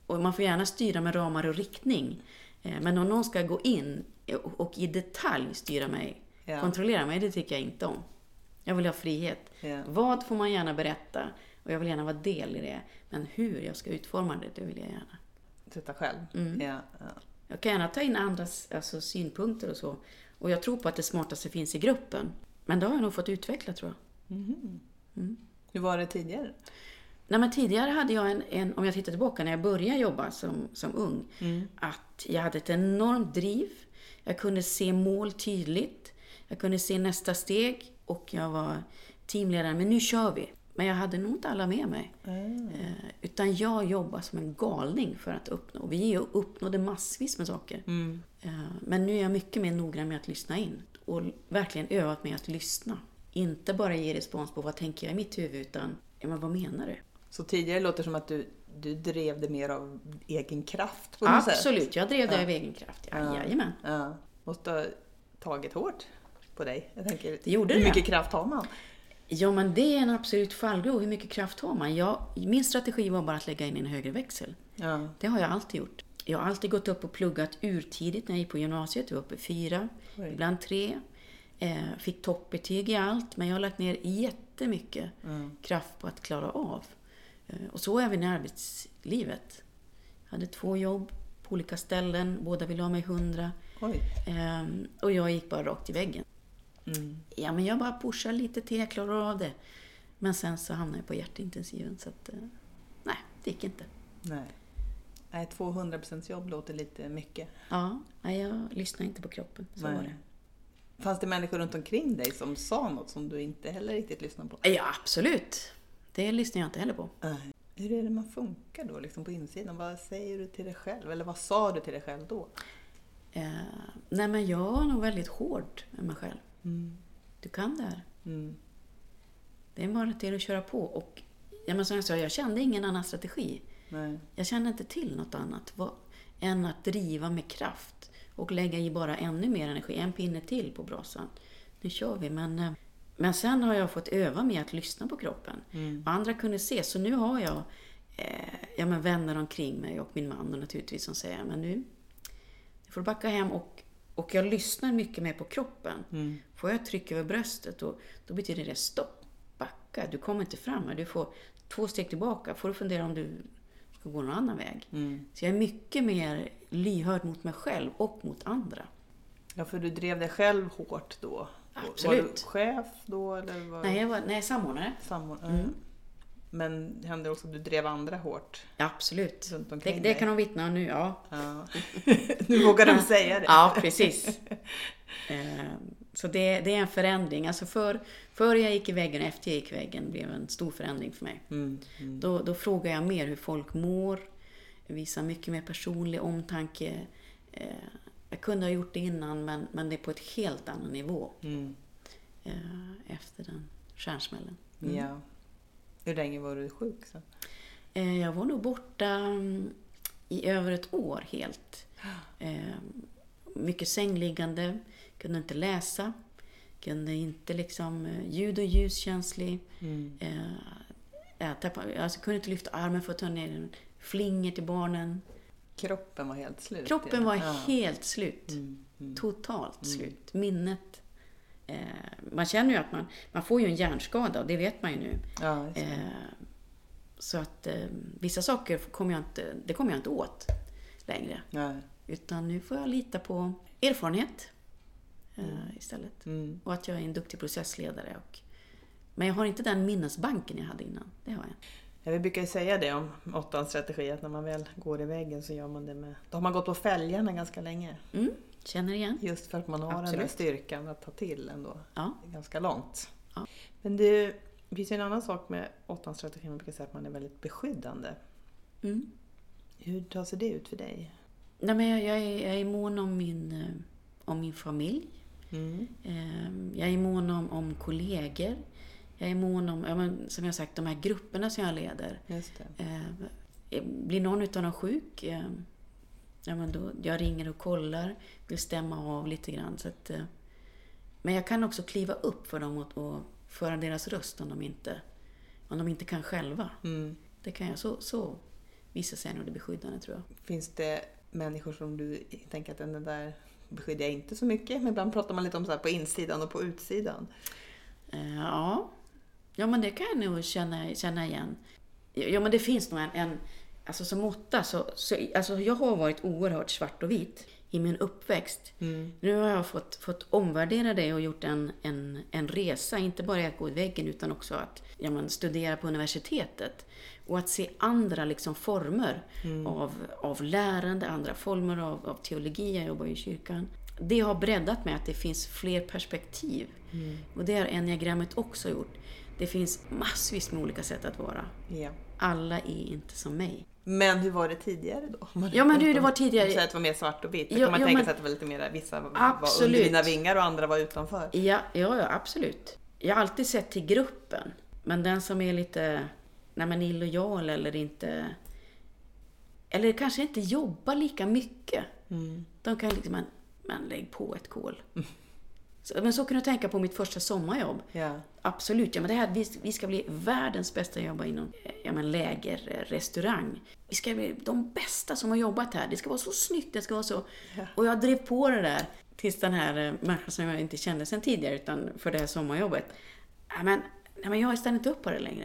Och man får gärna styra med ramar och riktning. Eh, men om någon ska gå in och, och i detalj styra mig, Ja. kontrollera mig, det tycker jag inte om. Jag vill ha frihet. Ja. Vad får man gärna berätta? Och jag vill gärna vara del i det. Men hur jag ska utforma det, det vill jag gärna. Sätta själv. Mm. Ja, ja. Jag kan gärna ta in andras alltså, synpunkter och så. Och jag tror på att det smartaste finns i gruppen. Men det har jag nog fått utveckla, tror jag. Mhm. Mm. Hur var det tidigare? Nej, men tidigare hade jag en, en, om jag tittar tillbaka när jag började jobba som, som ung, Mm. att jag hade ett enormt driv. Jag kunde se mål tydligt. Jag kunde se nästa steg och jag var teamledare. Men nu kör vi. Men jag hade nog inte alla med mig. Mm. Eh, utan jag jobbade som en galning för att uppnå. Vi uppnådde massvis med saker. Mm. Eh, men nu är jag mycket mer noggrann med att lyssna in. Och verkligen övat med att lyssna. Inte bara ge respons på vad tänker jag i mitt huvud, utan ja, men vad menar du? Så tidigare låter det som att du, du drev det mer av egen kraft på något sätt. Absolut, jag drev det Ja. av egen kraft. Ja, Ja. jajamän. Ja. Måste ha tagit hårt på dig. Jag tänker, Det gjorde hur det. mycket kraft har man? Ja, men det är en absolut fallgrop. Hur mycket kraft har man? Jag, min strategi var bara att lägga in en högre växel. Ja. Det har jag alltid gjort. Jag har alltid gått upp och pluggat urtidigt när jag gick på gymnasiet. Jag var uppe fyra, Oj. ibland tre. Eh, fick toppbetyg i allt, men jag har lagt ner jättemycket Mm. kraft på att klara av. Eh, och så även i arbetslivet. Jag hade två jobb på olika ställen, båda ville ha mig hundra. Oj. Eh, och jag gick bara rakt i väggen. Mm. Ja, men jag bara pushar lite till, jag klarar av det. Men sen så hamnade jag på hjärtintensiven, så att, eh, nej, det gick inte. Nej. Nej, tvåhundra procent jobb låter lite mycket. Ja, nej, jag lyssnade inte på kroppen, så Nej. var det. Fanns det människor runt omkring dig som sa något som du inte heller riktigt lyssnade på? Ja, absolut. Det lyssnar jag inte heller på. Nej. Hur är det man funkar då liksom på insidan? Vad säger du till dig själv? Eller vad sa du till dig själv då? Eh, nej, men jag var nog väldigt hård med mig själv. Mm. Du kan det här. Mm. Det är bara till att köra på. Och ja, men som jag sa, jag kände ingen annan strategi. Nej. Jag kände inte till något annat vad, än att driva med kraft. Och lägga i bara ännu mer energi. En pinne till på brasan. Nu kör vi. Men, eh, men sen har jag fått öva med att lyssna på kroppen. Mm. Och andra kunde se. Så nu har jag eh, ja, men vänner omkring mig och min man och naturligtvis som säger, men nu får du backa hem. Och, och jag lyssnar mycket mer på kroppen. Mm. Får jag tryck över bröstet, och då betyder det stopp, backa. Du kommer inte fram här. Du får två steg tillbaka. Får du fundera om du ska gå någon annan väg. Mm. Så jag är mycket mer lyhörd mot mig själv och mot andra. Ja, för du drev dig själv hårt då. Absolut. Var du chef då? Eller var Nej, jag var nej, samordnare. samordnare? Mm. Men hände också att du drev andra hårt Ja, absolut. runt Det, omkring det dig? kan de vittna om nu, ja. Ja. Nu vågar de säga det. Ja, precis. Eh, Så det, det är en förändring. Alltså för, för jag gick i väggen och efter jag gick i väggen blev en stor förändring för mig. Mm. Mm. Då, då frågar jag mer hur folk mår. Jag visar mycket mer personlig omtanke. Eh, Jag kunde ha gjort det innan, men, men det är på ett helt annan nivå. Mm. Eh, Efter den stjärnsmällen. Mm. Ja. Hur länge var du sjuk sen? Eh, Jag var nog borta mm, i över ett år helt. Eh, Mycket sängliggande. Kunde inte läsa. Kunde inte liksom eh, ljud- och ljuskänslig. Mm. Eh, jag tappade, alltså kunde inte lyfta armen för att ta ner den. Flinger till barnen. Kroppen var helt slut. Kroppen var Ja. helt slut. Mm. Mm. Totalt Mm. slut. Minnet. Eh, man känner ju att man, man får ju en hjärnskada, och det vet man ju nu. Ja, just det. Eh, så att eh, vissa saker kommer jag inte, det kommer jag inte åt längre. Ja. Utan nu får jag lita på erfarenhet eh, istället. Mm. Och att jag är en duktig processledare. Och, men jag har inte den minnesbanken jag hade innan. Det har jag. Ja, vi brukar ju säga det om åttans strategi, att när man väl går i väggen så gör man det med... Då har man gått på fälgarna ganska länge. Mm, känner igen. Just för att man har den där Absolut. styrkan att ta till ändå. Ja. Ganska långt. Ja. Men det finns ju en annan sak med åttans strategi. Man brukar säga att man är väldigt beskyddande. Mm. Hur tar sig det ut för dig? Nej, men jag, jag, är, jag är mån om min, eh, om min familj. Mm. Eh, jag är mån om, om kollegor. Jag är mån om, ja, men, som jag sagt, de här grupperna som jag leder. Just det. Eh, blir någon utav dem sjuk, eh, ja, men då, jag ringer och kollar, vill stämma av lite grann. Så att, eh, men jag kan också kliva upp för dem och, och föra deras röst om de inte, om de inte kan själva. Mm. Det kan jag. Så, så vissa säger nog det beskyddande, tror jag. Finns det människor som du tänker att den där beskyddar jag inte så mycket? Men ibland pratar man lite om så här på insidan och på utsidan. Uh, ja. ja, men det kan jag nog känna, känna igen. Ja, men det finns nog en... en alltså som måtta, så, så, alltså jag har varit oerhört svart och vit i min uppväxt. Mm. Nu har jag fått, fått omvärdera det och gjort en, en, en resa, inte bara att gå i väggen utan också att ja, man studera på universitetet. Och att se andra liksom former mm. av, av lärande, andra former av, av teologi. Jag jobbar i kyrkan. Det har breddat med att det finns fler perspektiv. Mm. Och det har enneagrammet också gjort. Det finns massvis med olika sätt att vara. Ja. Alla är inte som mig. Men hur var det tidigare då? Ja, men hur det var tidigare. Du säger att det var mer svart och vitt. Ja, kan man ja, tänka men... sig att det var lite mer, vissa absolut. var under dina vingar och andra var utanför. Ja, ja, ja, absolut. Jag har alltid sett till gruppen. Men den som är lite nej, men illojal eller inte... Eller kanske inte jobbar lika mycket. Mm. De kan liksom, man, man lägger på ett kol. Mm. Så, men så kan jag tänka på mitt första sommarjobb. Ja. Absolut, ja, men det här, vi, vi ska bli världens bästa jobba inom ja, men läger, restaurang. Vi ska bli de bästa som har jobbat här. Det ska vara så snyggt, det ska vara så. Ja. Och jag drev på det där tills den här människan som jag inte kände sedan tidigare utan för det här sommarjobbet. Ja, men, ja, men jag har stannat upp på det längre.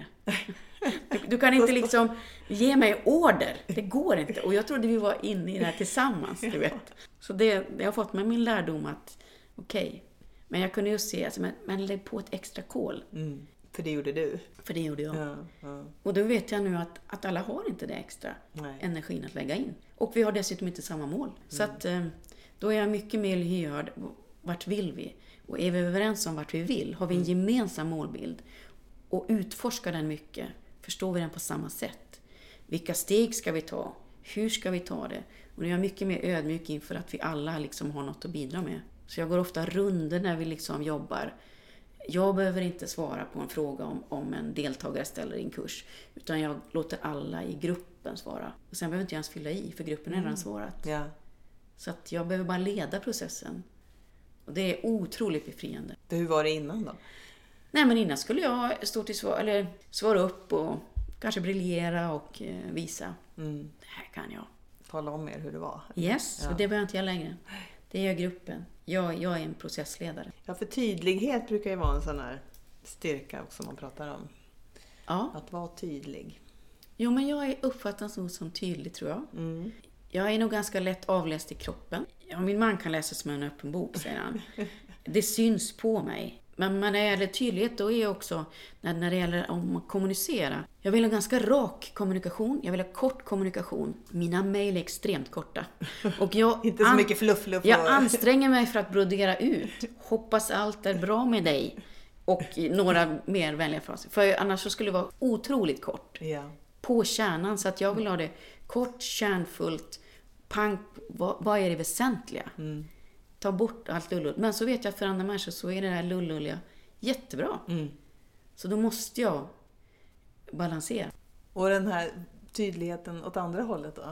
Du, du kan inte liksom ge mig order. Det går inte. Och jag trodde vi var inne i det här tillsammans, du vet. Så det, det har fått med min lärdom att okej. Okay. Men jag kunde ju se, alltså, men, men lägg på ett extra kol. Mm, för det gjorde du. För det gjorde jag. Ja, ja. Och då vet jag nu att, att alla har inte det extra Nej. energin att lägga in. Och vi har dessutom inte samma mål. Mm. Så att då är jag mycket mer lyhörd. Vart vill vi? Och är vi överens om vart vi vill? Har vi en gemensam målbild? Och utforskar den mycket? Förstår vi den på samma sätt? Vilka steg ska vi ta? Hur ska vi ta det? Och nu är jag mycket mer ödmjuk inför att vi alla liksom har något att bidra med. Så jag går ofta runder när vi liksom jobbar. Jag behöver inte svara på en fråga om, om en deltagare ställer en kurs. Utan jag låter alla i gruppen svara. Och sen behöver inte jag ens fylla i, för gruppen har redan mm. svarat. Ja. Så att jag behöver bara leda processen. Och det är otroligt befriande. Hur var det innan då? Nej, men innan skulle jag stå till svar, eller svara upp och kanske briljera och eh, visa. Mm. Det här kan jag. Tala om er hur det var. Yes, ja. Och det behöver inte jag längre. Det gör gruppen. Jag, jag är en processledare. Ja, för tydlighet brukar ju vara en sån här styrka också man pratar om. Ja. Att vara tydlig. Jo, men jag uppfattas nog som tydlig, tror jag. Mm. Jag är nog ganska lätt avläst i kroppen. Ja, min man kan läsa som en öppen bok, säger han. Det syns på mig. Men när det gäller tydlighet, då är jag också, när, när det gäller om att kommunicera. Jag vill ha ganska rak kommunikation. Jag vill ha kort kommunikation. Mina mejl är extremt korta. Och jag Inte så an- mycket fluff, fluff. Jag anstränger mig för att brodera ut. Hoppas allt är bra med dig. Och några mer vänliga fraser. För annars så skulle det vara otroligt kort. Ja. På kärnan. Så att jag vill ha det kort, kärnfullt. Pang, vad, vad är det väsentliga? Mm. Ta bort allt lullull. Men så vet jag att för andra människor så är det där lullulliga jättebra. Mm. Så då måste jag balansera. Och den här tydligheten åt andra hållet då?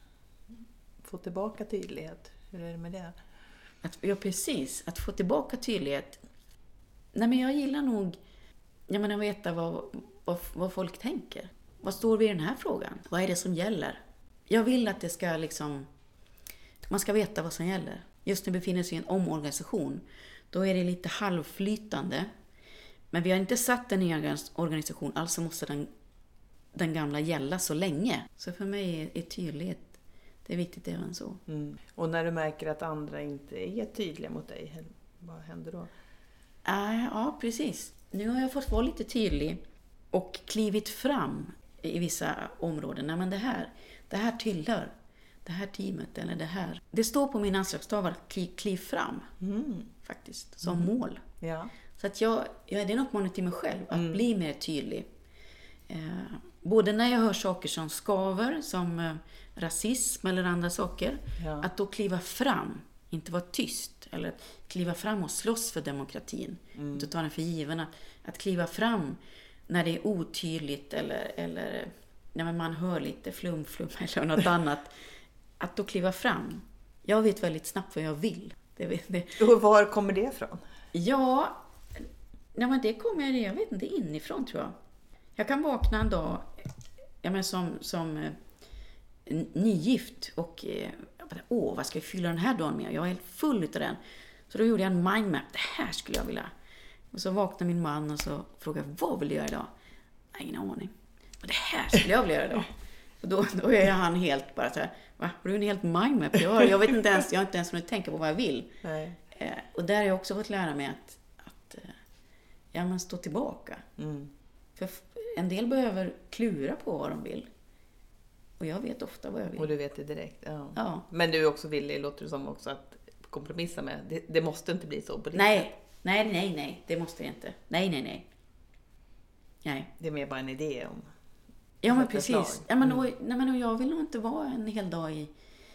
Få tillbaka tydlighet. Hur är det med det? Att, ja, precis. Att få tillbaka tydlighet. Nej, men jag gillar nog jag menar, veta vad, vad, vad folk tänker. Vad står vi i den här frågan? Vad är det som gäller? Jag vill att det ska liksom... Man ska veta vad som gäller. Just nu befinner sig i en omorganisation. Då är det lite halvflytande. Men vi har inte satt en ny organisation. Alltså måste den, den gamla gälla så länge. Så för mig är, är tydlighet, det är viktigt även så. Mm. Och när du märker att andra inte är tydliga mot dig, vad händer då? Äh, ja, precis. Nu har jag fått vara lite tydlig. Och klivit fram i vissa områden. Nej, men det här, det här tillhör det här teamet eller det här. Det står på min anslagstavla kliv, kliv fram. Mm. Faktiskt. Som mm. mål. Ja. Så att jag, jag är en uppmaning till mig själv att mm. bli mer tydlig. Eh, både när jag hör saker som skaver, som eh, rasism eller andra saker. Ja. Att då kliva fram. Inte vara tyst. Eller kliva fram och slåss för demokratin. Mm. Inte ta den för given. Att, att kliva fram när det är otydligt eller, eller när man hör lite flum, flum eller något annat. Att då kliva fram. Jag vet väldigt snabbt vad jag vill. Det vet, det. Och var kommer det ifrån? Ja, nej, men det kommer jag, jag vet inte, inifrån tror jag. Jag kan vakna en dag, ja, men som, som nygift och eh, jag bara, åh, vad ska jag fylla den här dagen med? Jag var helt full utav den. Så då gjorde jag en mindmap. Det här skulle jag vilja. Och så vaknade min man och så frågade, vad vill du göra idag? Jag har ingen aning. Och det här skulle jag vilja göra idag. Och då, då är han helt bara så här, va? Har du en helt mindmap? Jag, jag vet inte ens, jag har inte ens hunnit tänka på vad jag vill. Nej. Eh, och där har jag också fått lära mig att, att eh, ja, man står tillbaka. Mm. För en del behöver klura på vad de vill. Och jag vet ofta vad jag vill. Och du vet det direkt. Ja. Ja. Men du är också villig, låter det som också, att kompromissa med. Det, det måste inte bli så på ditt Nej, sätt. nej, nej, nej. Det måste jag inte. Nej, nej, nej. Nej. Det är mer bara en idé om. Ja, men ett precis. förslag. Ja, men, Mm. och, nej, men och jag vill nog inte vara en hel dag i,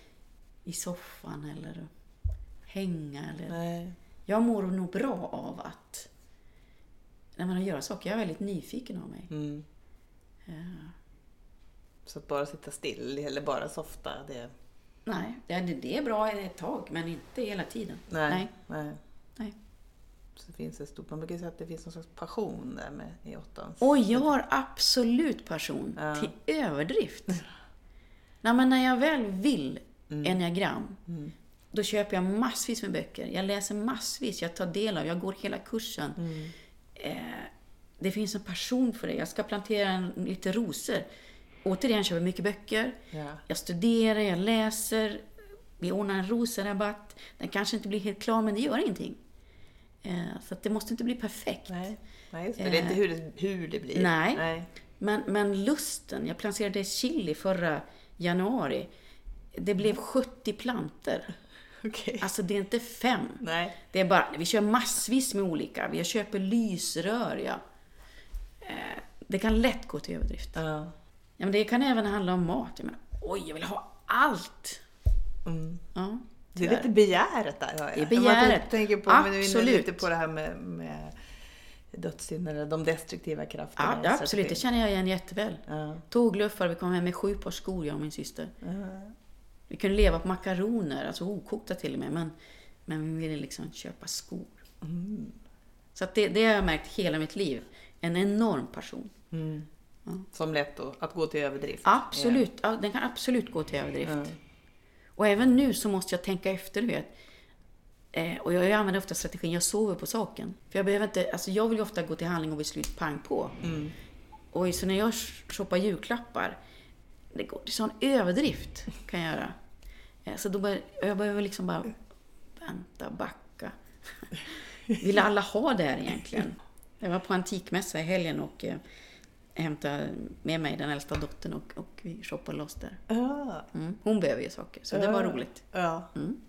i soffan eller hänga. Eller. Nej. Jag mår nog bra av att när man gör saker, jag är väldigt nyfiken av mig. Mm. Ja. Så att bara sitta still eller bara softa, det... Nej, det, det är bra ett tag, men inte hela tiden. Nej. Nej. Nej. Nej. Så det finns ett stort... Man brukar säga att det finns någon slags passion där med i åttans. Oj, jag har absolut passion Ja. till överdrift. Nej, men när jag väl vill enneagram, Mm. då köper jag massvis med böcker. Jag läser massvis, jag tar del av, jag går hela kursen. Mm. Eh, det finns en passion för det. Jag ska plantera en, lite rosor. Återigen köper jag mycket böcker. Ja. Jag studerar, jag läser. Vi ordnar en rosarabatt. Den kanske inte blir helt klar, men det gör ingenting. Eh, så att det måste inte bli perfekt. Nej. Nej, just det. Det är inte hur det, hur det blir. Nej. Nej. Men, men lusten, jag planterade chili förra januari. Det blev sjuttio planter. Okej. Alltså det är inte fem. Nej. Det är bara, vi kör massvis med olika. Vi köper lysrör, ja. Eh, det kan lätt gå till överdrift. Ja. Ja, men det kan även handla om mat. Jag menar, oj, jag vill ha allt. Mm. Ja, Det är tyvärr. lite begäret där, hör jag. Det är begäret. Jag tänker på, men du är inne Absolut. lite på det här med, med dödssynder, eller de destruktiva krafterna. Ja, ja, absolut. Det känner jag igen jätteväl. Ja. Tågluffar, vi kom hem med sju par skor, jag och min syster. Ja. Vi kunde leva på makaroner, alltså okokta till och med, men, men vi ville liksom köpa skor. Mm. Så att det, det har jag märkt hela mitt liv. En enorm passion. Mm. Ja. Som lätt då, att gå till överdrift. Absolut, ja, den kan absolut gå till överdrift. Ja. Och även nu så måste jag tänka efter, du vet. Eh, och jag använder ofta strategin, jag sover på saken. För jag behöver inte, alltså jag vill ju ofta gå till handling och beslut pang på. Mm. Och så när jag shoppar julklappar, det går till sån överdrift kan jag göra. Eh, så då bör, jag behöver liksom bara vänta, backa. Vill alla ha det här egentligen? Jag var på antikmässa i helgen och eh, hämtade med mig den äldsta dottern och, och vi shoppade loss där. Ja. Mm. Hon behöver ju saker, så det var roligt. Ja. Mm.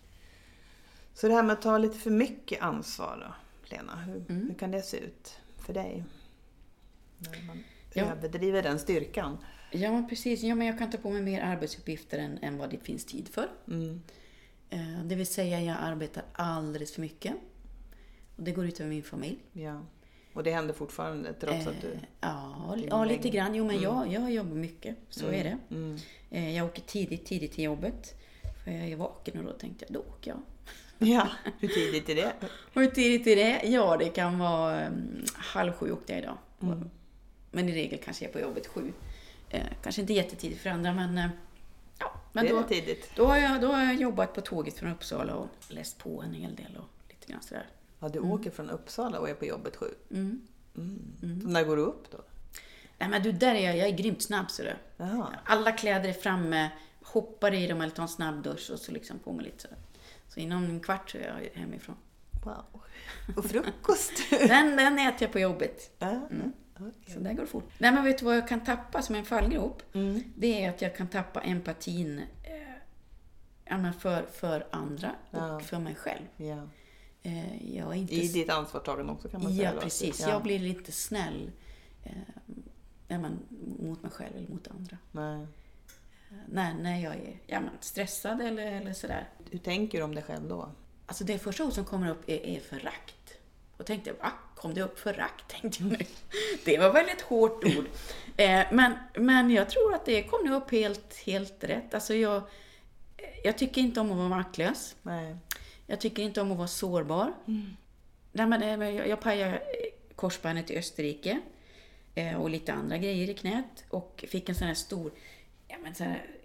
Så det här med att ta lite för mycket ansvar då, Lena, hur, Mm. hur kan det se ut för dig? När man Ja. överdriver den styrkan. Ja, men precis. Ja, men jag kan ta på mig mer arbetsuppgifter än, än vad det finns tid för. Mm. Eh, det vill säga, jag arbetar alldeles för mycket. Och det går ut över min familj. Ja. Och det händer fortfarande trots att du... Eh, ja, du ja, lite lägger- grann. Jo, men Mm. jag, jag jobbar mycket. Så Mm. är det. Mm. Eh, jag åker tidigt, tidigt till jobbet. För jag är vaken och då tänkte jag, då åker jag. Ja, hur tidigt är det? Och hur tidigt är det? Ja, det kan vara um, halv sju åkte jag idag. Mm. Men i regel kanske jag är på jobbet sju. Eh, kanske inte jättetidigt för andra, men... Eh, ja, men det är då, det tidigt. då, har jag, då har jag jobbat på tåget från Uppsala och läst på en hel del och lite grann sådär. Ja, du Mm. åker från Uppsala och är på jobbet sju. Mm. Mm. Så när går du upp då? Nej, men du, där är jag, jag är grymt snabb, så du. Jaha. Alla kläder är framme, hoppar i dem eller tar en snabbdusch och så liksom på mig lite sådär. Så inom en kvart så är jag hemifrån. Wow. Och frukost? Den, den äter jag på jobbet. Ja. Mm. Okej. Så där går det fort. Nej, men vet du vad jag kan tappa som en fallgrop? Mm. Det är att jag kan tappa empatin eh, ja, men för, för andra och Ja. för mig själv. Ja. Eh, jag är inte... I ditt ansvarstagande också kan man säga. Ja, då. precis. Ja. Jag blir lite snäll eh, ja, men, mot mig själv eller mot andra. Nej. Eh, när, när jag är ja, men, stressad eller, eller sådär. Hur tänker du om dig själv då? Alltså det första ord som kommer upp är, är förakt. Och tänkte, va? Kom det upp förakt? Tänkte jag nu. Det var väl ett hårt ord. Eh, men, men jag tror att det kom upp helt, helt rätt. Alltså jag, jag tycker inte om att vara maktlös. Nej. Jag tycker inte om att vara sårbar. Mm. Nej, men, jag, jag pajade korsbandet i Österrike. Eh, och lite andra grejer i knät. Och fick en sån här stor ja, men sån här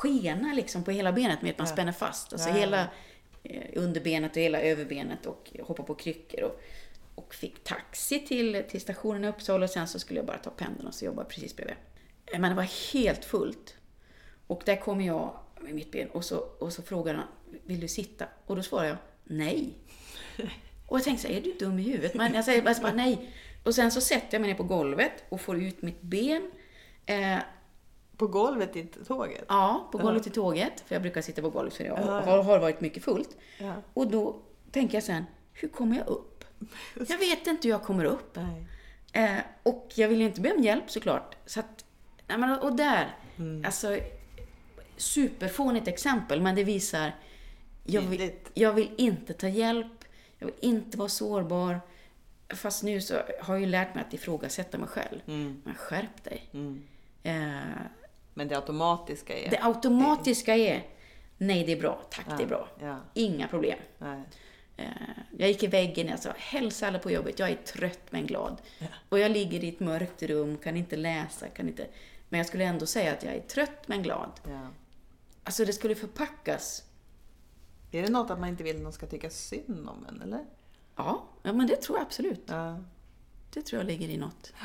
skena liksom på hela benet med att man Ja. spänner fast. Alltså Ja. hela eh, underbenet och hela överbenet och hoppa på kryckor. Och, och fick taxi till, till stationen i Uppsala och sen så skulle jag bara ta pendeln och så jobba precis bredvid. Men det var helt fullt. Och där kom jag med mitt ben och så, och så frågade han, vill du sitta? Och då svarade jag, nej. Och jag tänkte så här, är du dum i huvudet? Men jag säger bara nej. Och sen så sätter jag mig ner på golvet och får ut mitt ben. Eh, På golvet i tåget? ja, på golvet i tåget. För jag brukar sitta på golvet för jag Ja. har, har varit mycket fullt. Ja. Och då tänker jag sen, hur kommer jag upp? Jag vet inte hur jag kommer upp. Nej. Eh, och jag vill ju inte be om hjälp såklart. Så att, nej, men, och där, Mm. alltså superfånigt exempel, men det visar jag vill, Tydligt. jag vill inte ta hjälp, jag vill inte vara sårbar. Fast nu så har jag ju lärt mig att ifrågasätta mig själv. Mm. Men skärp dig. Mm. Eh, Men det automatiska är... det automatiska är, nej det är bra, tack Ja. det är bra. Ja. Inga problem. Nej. Eh, jag gick i väggen och jag sa, hälsa alla på jobbet, jag är trött men glad. Ja. Och jag ligger i ett mörkt rum, kan inte läsa, kan inte... Men jag skulle ändå säga att jag är trött men glad. Ja. Alltså det skulle förpackas. Är det något att man inte vill att någon ska tycka synd om en, eller? Ja, ja men det tror jag absolut. Ja. Det tror jag ligger i något.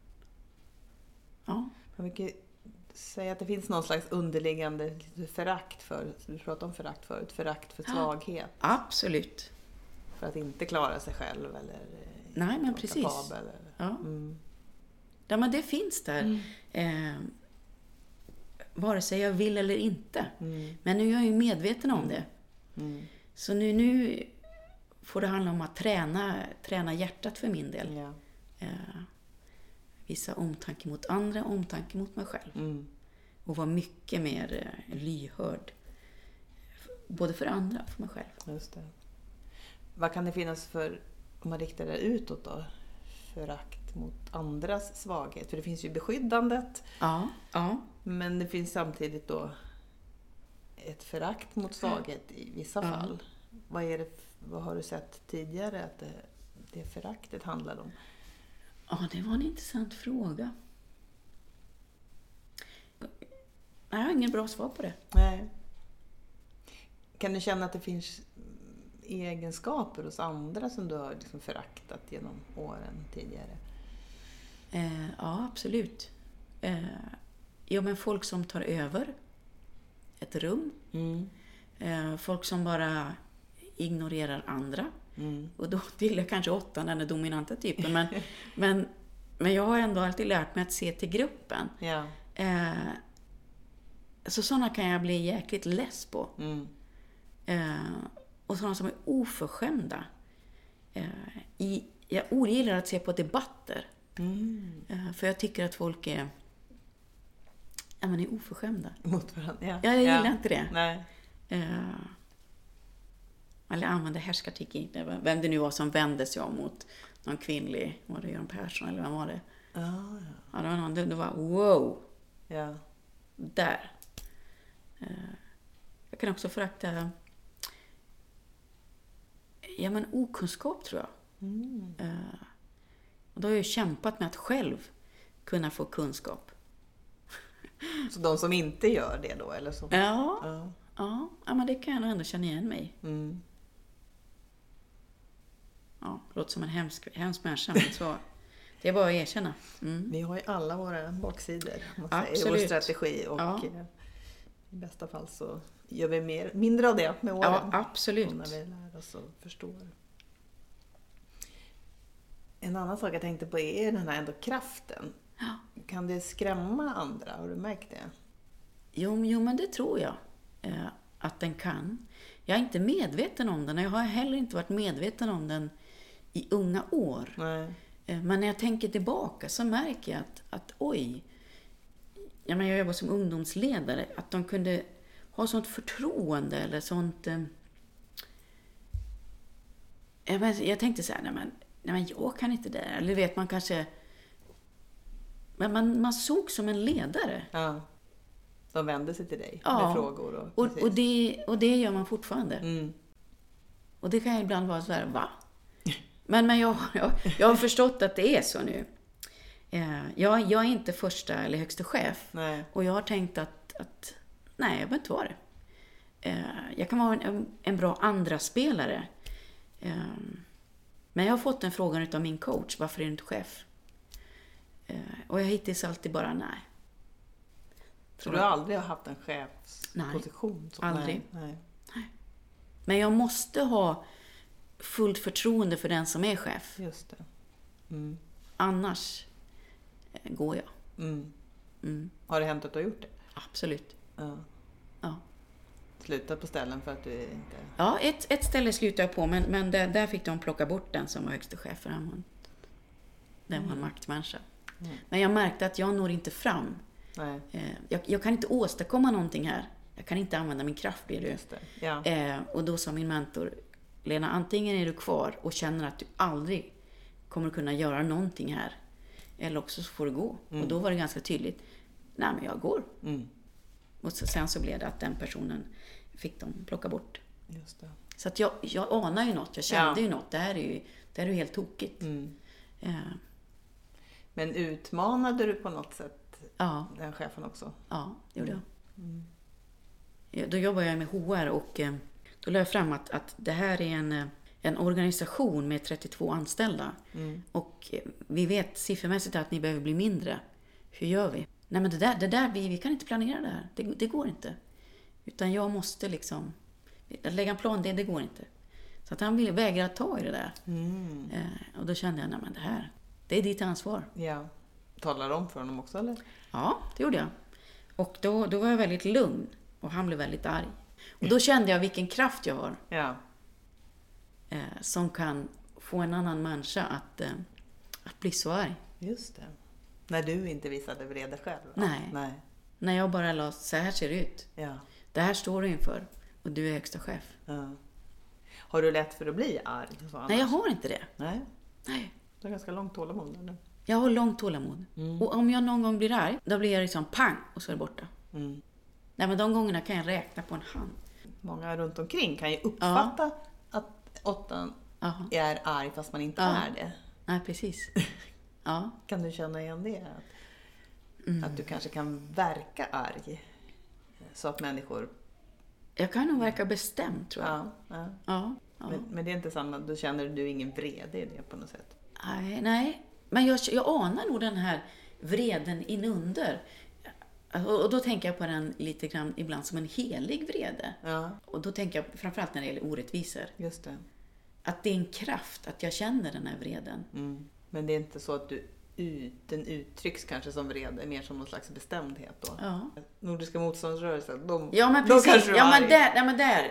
Ja. Man brukar säga att det finns någon slags underliggande lite förakt för, du pratade om förakt förut, förakt för svaghet. Absolut. För att inte klara sig själv eller Nej, men vara precis. kapabel. Eller. Ja. Mm. Ja, men det finns där. Eh, vare sig jag vill eller inte. Mm. Men nu är jag ju medveten om det. Mm. Så nu, nu får det handla om att träna, träna hjärtat för min del. Ja. Eh, visa omtanke mot andra, omtanke mot mig själv. Mm. Och vara mycket mer eh, lyhörd. Både för andra och för mig själv. Just det. Vad kan det finnas för, om man riktar det utåt då, förakt mot andras svaghet? För det finns ju beskyddandet, Ja, ja. men det finns samtidigt då ett förakt mot svaghet i vissa Ja. fall. Vad, är det, vad har du sett tidigare att det, det föraktet handlar om? Ja, det var en intressant fråga. Jag har ingen bra svar på det. Nej. Kan du känna att det finns egenskaper hos andra som du har liksom föraktat genom åren tidigare? Eh, ja, absolut. Eh, ja, men folk som tar över ett rum. Mm. Eh, folk som bara ignorerar andra. Mm. Och då till jag kanske åttan, den är dominanta typen. Men, men, men jag har ändå alltid lärt mig att se till gruppen. Ja. Eh, så sådana kan jag bli jäkligt less på. Mm. Eh, och sådana som är oförskämda. Eh, i, jag ogillar att se på debatter. Mm. Eh, för jag tycker att folk är, ja, men är oförskämda. Mot varandra. Ja. Ja, jag gillar Ja. inte det. Nej. Eh, eller använda härskarteknik. Vem det nu var som vände sig om mot någon kvinnlig, var det Göran Persson eller vem var det? Ah, ja. Ja, det var någon, det, det var wow, Ja. där. Eh, jag kan också förakta, ja men okunskap tror jag. Mm. Eh, och då har jag ju kämpat med att själv kunna få kunskap. Så de som inte gör det då? Eller så? Ja, Ja. ja, ja men det kan jag nog ändå känna igen mig. Mm. Ja, låter som en hemsk, hemsk människa, men så, det är bara att erkänna. Mm. Vi har ju alla våra baksidor, om man säger, i Absolut. vår strategi. Och Ja. eh, i bästa fall så gör vi mer, mindre av det med åren. Ja, absolut. Och när vi lär oss och förstår. En annan sak jag tänkte på är den här ändå kraften. Ja. Kan det skrämma andra? Har du märkt det? Jo, jo, men det tror jag eh, att den kan. Jag är inte medveten om den och jag har heller inte varit medveten om den i unga år. Nej. Eh, men när jag tänker tillbaka så märker jag att, att oj, ja, men jag jobbar som ungdomsledare, att de kunde ha sånt förtroende eller sånt... Eh, jag, men, jag tänkte så här, nej men, nej men jag kan inte det. Eller vet man kanske... Men man, man såg som en ledare. Ja. De vänder sig till dig Ja. med frågor. Och, Och, precis. och, det, och det gör man fortfarande. Mm. Och det kan ibland vara så här, va? Men, men jag, jag, jag har förstått att det är så nu. Eh, jag, jag är inte första eller högsta chef. Nej. Och jag har tänkt att, att Nej, jag behöver inte vara det. Eh, jag kan vara en, en bra andra spelare. Eh, men jag har fått en fråga av min coach. Varför är du inte chef? Eh, och jag hittills alltid bara nej. Så du har aldrig haft en chefsposition? Nej, aldrig. Nej, nej. Men jag måste ha fullt förtroende för den som är chef. Just det. Mm. Annars går jag. Mm. Mm. Har det hänt att du har gjort det? Absolut. Ja. Ja. Slutat på ställen för att du inte... Ja, ett, ett ställe slutade jag på, men, men där, där fick de plocka bort den som var högsta chef, för han var, den var en Mm. maktmänniska. Mm. Men jag märkte att jag når inte fram. Nej, Eh, jag, jag kan inte åstadkomma någonting här. Jag kan inte använda min kraft, blir det. just det. Ja. Eh, och då sa min mentor, Lena, antingen är du kvar och känner att du aldrig kommer kunna göra någonting här. Eller också så får du gå. Mm. Och då var det ganska tydligt, nej men jag går. Mm. Och så, sen så blev det att den personen fick de plocka bort. Just det. Så att jag, jag anar ju något, jag kände Ja. ju något. Det här är ju, det här är ju helt tokigt. Mm. Eh, Men utmanade du på något sätt ja, den chefen också? ja, det gjorde jag. Mm. Ja, då jobbar jag med H R och eh, då lade jag fram att, att det här är en, eh, en organisation med trettiotvå anställda. Mm. Och eh, vi vet siffermässigt att ni behöver bli mindre. Hur gör vi? Nej men det där, det där vi, vi kan inte planera det här. Det, det går inte. Utan jag måste liksom lägga en plan, det, det går inte. Så att han ville vägra ta i det där. Mm. Eh, och då kände jag, nej men det här, det är ditt ansvar. Ja. Talar du om för honom också eller? Ja, det gjorde jag. Och då, då var jag väldigt lugn. Och han blev väldigt arg. Och då kände jag vilken kraft jag har. Ja. Eh, som kan få en annan människa att, eh, att bli så arg. Just det. När du inte visade vrede själv? Nej. Nej. När jag bara la, så här ser det ut. Ja. Det här står du inför. Och du är högsta chef. Ja. Har du lätt för att bli arg? Så annars? Nej, jag har inte det. Nej. Nej. Du har ganska långt tålamod eller? Jag har långt tålamod. Mm. Och om jag någon gång blir arg, då blir jag liksom pang och så är det borta. Mm. Nej, men de gångerna kan jag räkna på en hand. Många runt omkring kan ju uppfatta att åttan Jaha. är arg fast man inte Ja. är det. Nej, precis. Ja. Kan du känna igen det? Att, Mm. att du kanske kan verka arg så att människor... Jag kan nog verka bestämd, tror jag. Ja, ja. Ja. ja. Men, men det är inte samma, då känner du ingen vrede i det på något sätt? Nej, nej. Men jag, jag anar nog den här vreden inunder. Och, och då tänker jag på den lite grann ibland som en helig vrede. Ja, Och då tänker jag framförallt när det gäller orättvisor. just det. Att det är en kraft, att jag känner den här vreden. Mm. Men det är inte så att du ut, den uttrycks kanske som vrede, mer som någon slags bestämdhet då? Ja, Nordiska motståndsrörelsen, de, ja men då precis. kanske du är Ja, men arg. där, ja, men där,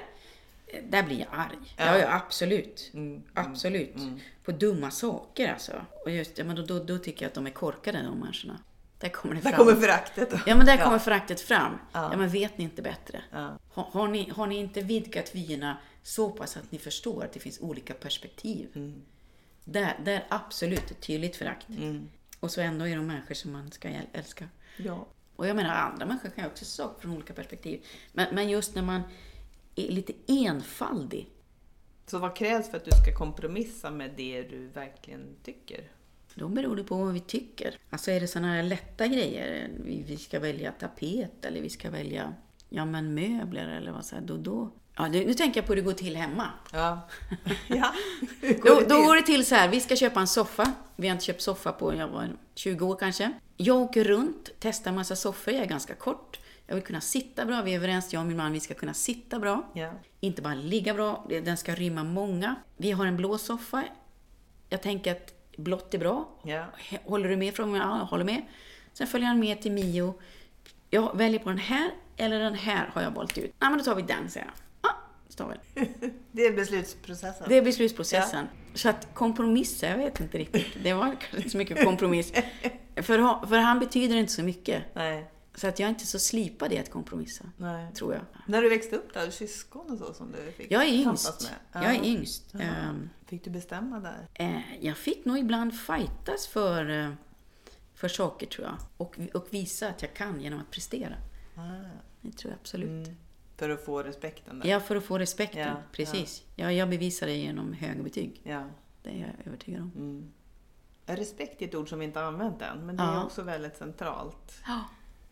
där blir jag arg. Ja. Ja, ja absolut. Mm, Absolut. mm. På dumma saker alltså. Och just, ja, men då, då, då tycker jag att de är korkade, de människorna. Där kommer det Där fram. kommer föraktet då. Ja, men där Ja. kommer föraktet fram. Ja. Ja, men vet ni inte bättre? Ja. Har, har, ni, har ni inte vidgat vyerna så pass att ni förstår att det finns olika perspektiv? Mm. Där, där absolut ett tydligt förakt. Mm. Och så ändå är de människor som man ska äl- älska. Ja. Och jag menar, andra människor kan ju också se saker från olika perspektiv. Men, men just när man är lite enfaldig. Så vad krävs för att du ska kompromissa med det du verkligen tycker? Då beror det på vad vi tycker. Alltså är det sådana här lätta grejer. Vi, vi ska välja tapet eller vi ska välja ja, men möbler eller vad så här. Då, då. Ja, nu, nu tänker jag på hur det går till hemma. Ja. ja. Då, då går det till så här, vi ska köpa en soffa. Vi har inte köpt soffa på jag var tjugo år kanske. Jag åker runt, testar en massa soffor, jag är ganska kort. Jag vill kunna sitta bra, vi är överens, jag och min man, vi ska kunna sitta bra. Ja. Inte bara ligga bra, den ska rymma många. Vi har en blå soffa. Jag tänker att blått är bra. Ja. Håller du med från mig? Ja, jag håller med. Sen följer han med till Mio. Jag väljer på den här eller den här har jag valt ut. Nej, men då tar vi den, säger jag. Ja, det står väl. Det är beslutsprocessen. Det är beslutsprocessen. Så att kompromissa, jag vet inte riktigt. Det var kanske inte så mycket kompromiss. För, ha- för han betyder inte så mycket. Nej. Så att jag är inte så slipad i att kompromissa, Nej. tror jag. När du växte upp där, syskon och så som du fick Jag är tampas yngst. med. Ja. Jag är yngst. Ja. Ehm, Fick du bestämma där? eh, jag fick nog ibland fightas för, eh, för saker, tror jag. Och, och visa att jag kan genom att prestera. Ah. Det tror jag absolut. Mm. För att få respekten där? Ja, för att få respekten. Ja, Precis. Ja. Jag bevisar det genom höga betyg. Ja. Det är jag övertygad om. Mm. Respekt är ett ord som vi inte har använt än, men det Ja. är också väldigt centralt. Ja.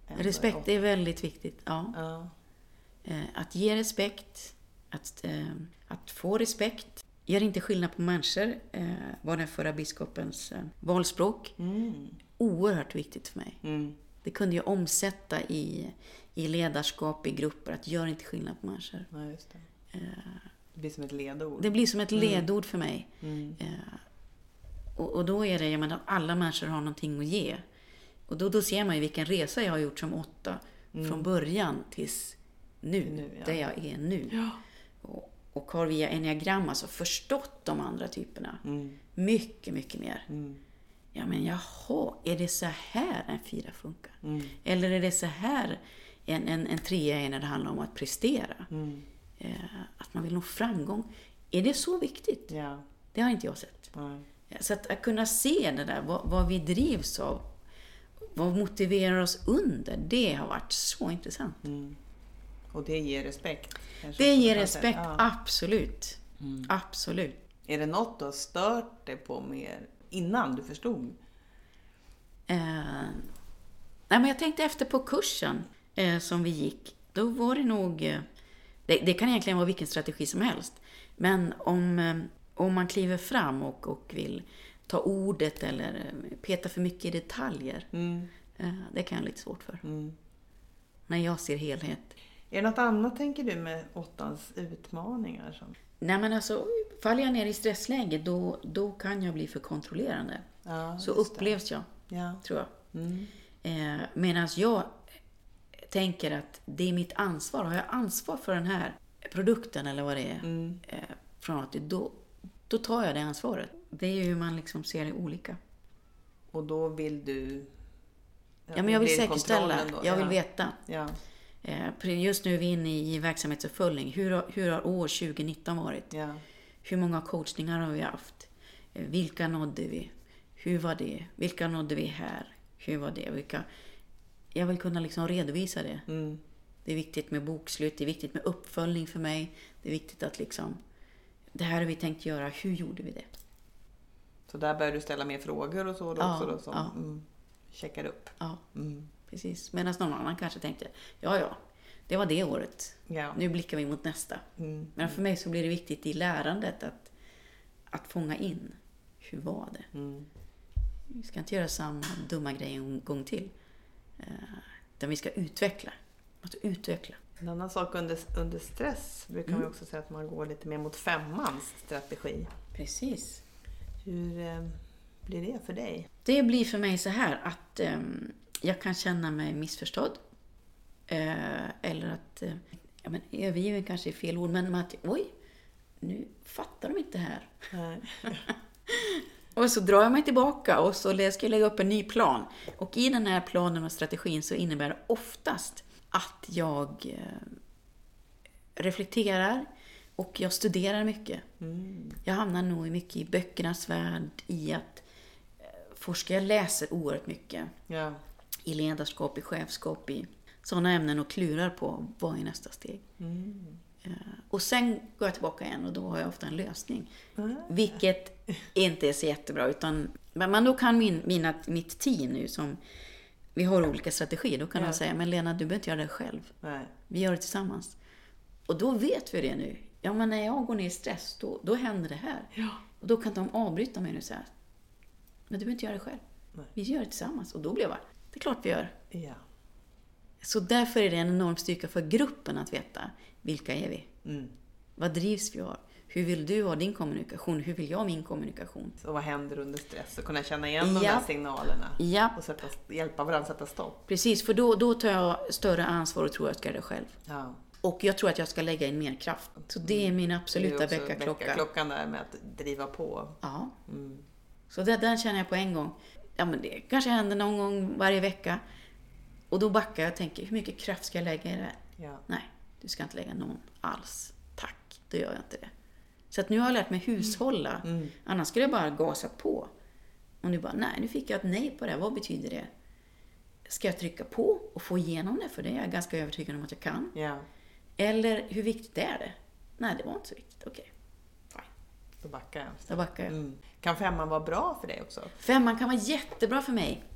Respekt är väldigt viktigt, ja. Ja. Eh, Att ge respekt, att, eh, att få respekt. Gör inte skillnad på människor, eh, var den förra biskopens eh, valspråk. Mm. Oerhört viktigt för mig. Mm. Det kunde jag omsätta i, i ledarskap, i grupper, att göra inte skillnad på människor. Ja, just det. Eh, Det blir som ett ledord. Det blir som ett ledord för mig. Mm. Eh, och, och då är det, jag menar, alla människor har någonting att ge. Och då, då ser man ju vilken resa jag har gjort som åtta. Mm. Från början tills nu, Nu, ja. där jag är nu. Ja. Och, och har via enneagram alltså förstått de andra typerna. Mm. Mycket, mycket mer. Mm. Ja, men jaha, är det så här en fyra funkar? Mm. Eller är det så här en, en, en trea är när det handlar om att prestera? Mm. Eh, att man vill nå framgång. Är det så viktigt? Ja. Det har inte jag sett. Nej. Så att, att kunna se det där, vad, vad vi drivs av, vad motiverar oss under, det har varit så intressant. Mm. Och det ger respekt. kanske Det på ger något respekt, sätt. Ja. absolut. Mm. Absolut. Är det något du har stört dig på mer innan du förstod? Eh, nej, men jag tänkte efter på kursen eh, som vi gick, då var det nog, eh, det, det kan egentligen vara vilken strategi som helst, men om, eh, om man kliver fram och, och vill ta ordet eller eh, peta för mycket i detaljer, Mm. eh, det kan jag ha lite svårt för. Mm. När jag ser helhet. Är det något annat, tänker du, med åttans utmaningar? Som... Nej, men alltså, faller jag ner i stressläge, då, då kan jag bli för kontrollerande. Ja, Så just det. upplevs jag, Ja. tror jag. Mm. Eh, Medan jag tänker att det är mitt ansvar. Har jag ansvar för den här produkten eller vad det är, Mm. eh, från att det, då, då tar jag det ansvaret. Det är ju hur man liksom ser det olika. Och då vill du... Ja, men jag vill blir det säkerställa, kontrollen då? jag vill Ja. veta. Ja. Eh, just nu är vi inne i verksamhetsuppföljning. Hur har, hur har år tjugonitton varit? Ja. Hur många coachningar har vi haft? Eh, Vilka nådde vi? Hur var det? Vilka nådde vi här? Hur var det? Vilka... Jag vill kunna liksom redovisa det. Mm. Det är viktigt med bokslut, det är viktigt med uppföljning för mig. Det är viktigt att liksom, det här har vi tänkt göra, hur gjorde vi det? Så där börjar du ställa mer frågor och så då Ja, också då, som ja. mm, checkar upp. Ja, Mm. precis. Medan någon annan kanske tänkte, ja ja, det var det året. Ja. Nu blickar vi mot nästa. Mm. Men för mig så blir det viktigt i lärandet att, att fånga in, hur var det? Mm. Vi ska inte göra samma dumma grej en gång till. Eh, utan vi ska utveckla. Vi måste utveckla. En annan sak under, under stress brukar Mm. man också säga att man går lite mer mot femmans strategi. Precis. Hur eh, blir det för dig? Det blir för mig så här att eh, jag kan känna mig missförstådd. Eh, eller att, eh, ja, men övergiven kanske är fel ord, men att oj, nu fattar de inte här. Nej. Och så drar jag mig tillbaka och så ska jag lägga upp en ny plan. Och i den här planen och strategin så innebär det oftast att jag eh, reflekterar och jag studerar mycket. Mm. Jag hamnar nog mycket i böckernas värld, i att eh, forska. Jag läser oerhört mycket Ja. i ledarskap, i chefskap, i sådana ämnen och klurar på vad är nästa steg. Mm. Eh, och sen går jag tillbaka igen och då har jag ofta en lösning. Mm. Vilket inte är så jättebra, utan men men då kan min, mina, mitt team nu som vi har olika strategier, då kan Ja. de säga, men Lena, du behöver inte göra det själv. Nej. Vi gör det tillsammans. Och då vet vi det nu. Ja, men när jag går ner i stress, då, då händer det här. Ja. Och då kan de avbryta mig nu och säga, men du behöver inte göra det själv. Nej. Vi gör det tillsammans. Och då blir jag bara, det är klart vi gör. Ja. Så därför är det en enorm styrka för gruppen att veta, vilka är vi? Mm. Vad drivs vi av? Hur vill du ha din kommunikation? Hur vill jag ha min kommunikation? Så vad händer under stress? Och kunna känna igen de Ja. där signalerna. Ja, Och sätta, hjälpa varandra sätta stopp. precis. För då, då tar jag större ansvar och tror jag ska göra det själv. Ja. Och jag tror att jag ska lägga in mer kraft. Så det är min absoluta Det är också väckarklocka. väckarklockan där med att driva på. Ja. Mm. Så det, den känner jag på en gång. Ja, men det kanske händer någon gång varje vecka. Och då backar jag och tänker, hur mycket kraft ska jag lägga i det här? Ja. Nej, du ska inte lägga någon alls. Tack, då gör jag inte det. Så att nu har jag lärt mig hushålla. Mm. Annars skulle jag bara gasa på. Och nu bara, nej, nu fick jag ett nej på det. Vad betyder det? Ska jag trycka på och få igenom det? För det är jag ganska övertygad om att jag kan. Ja. Eller hur viktigt är det? Nej, det var inte så viktigt. Okej, fine. Då backar jag. Då backar jag. Mm. Kan femman vara bra för dig också? Femman kan vara jättebra för mig.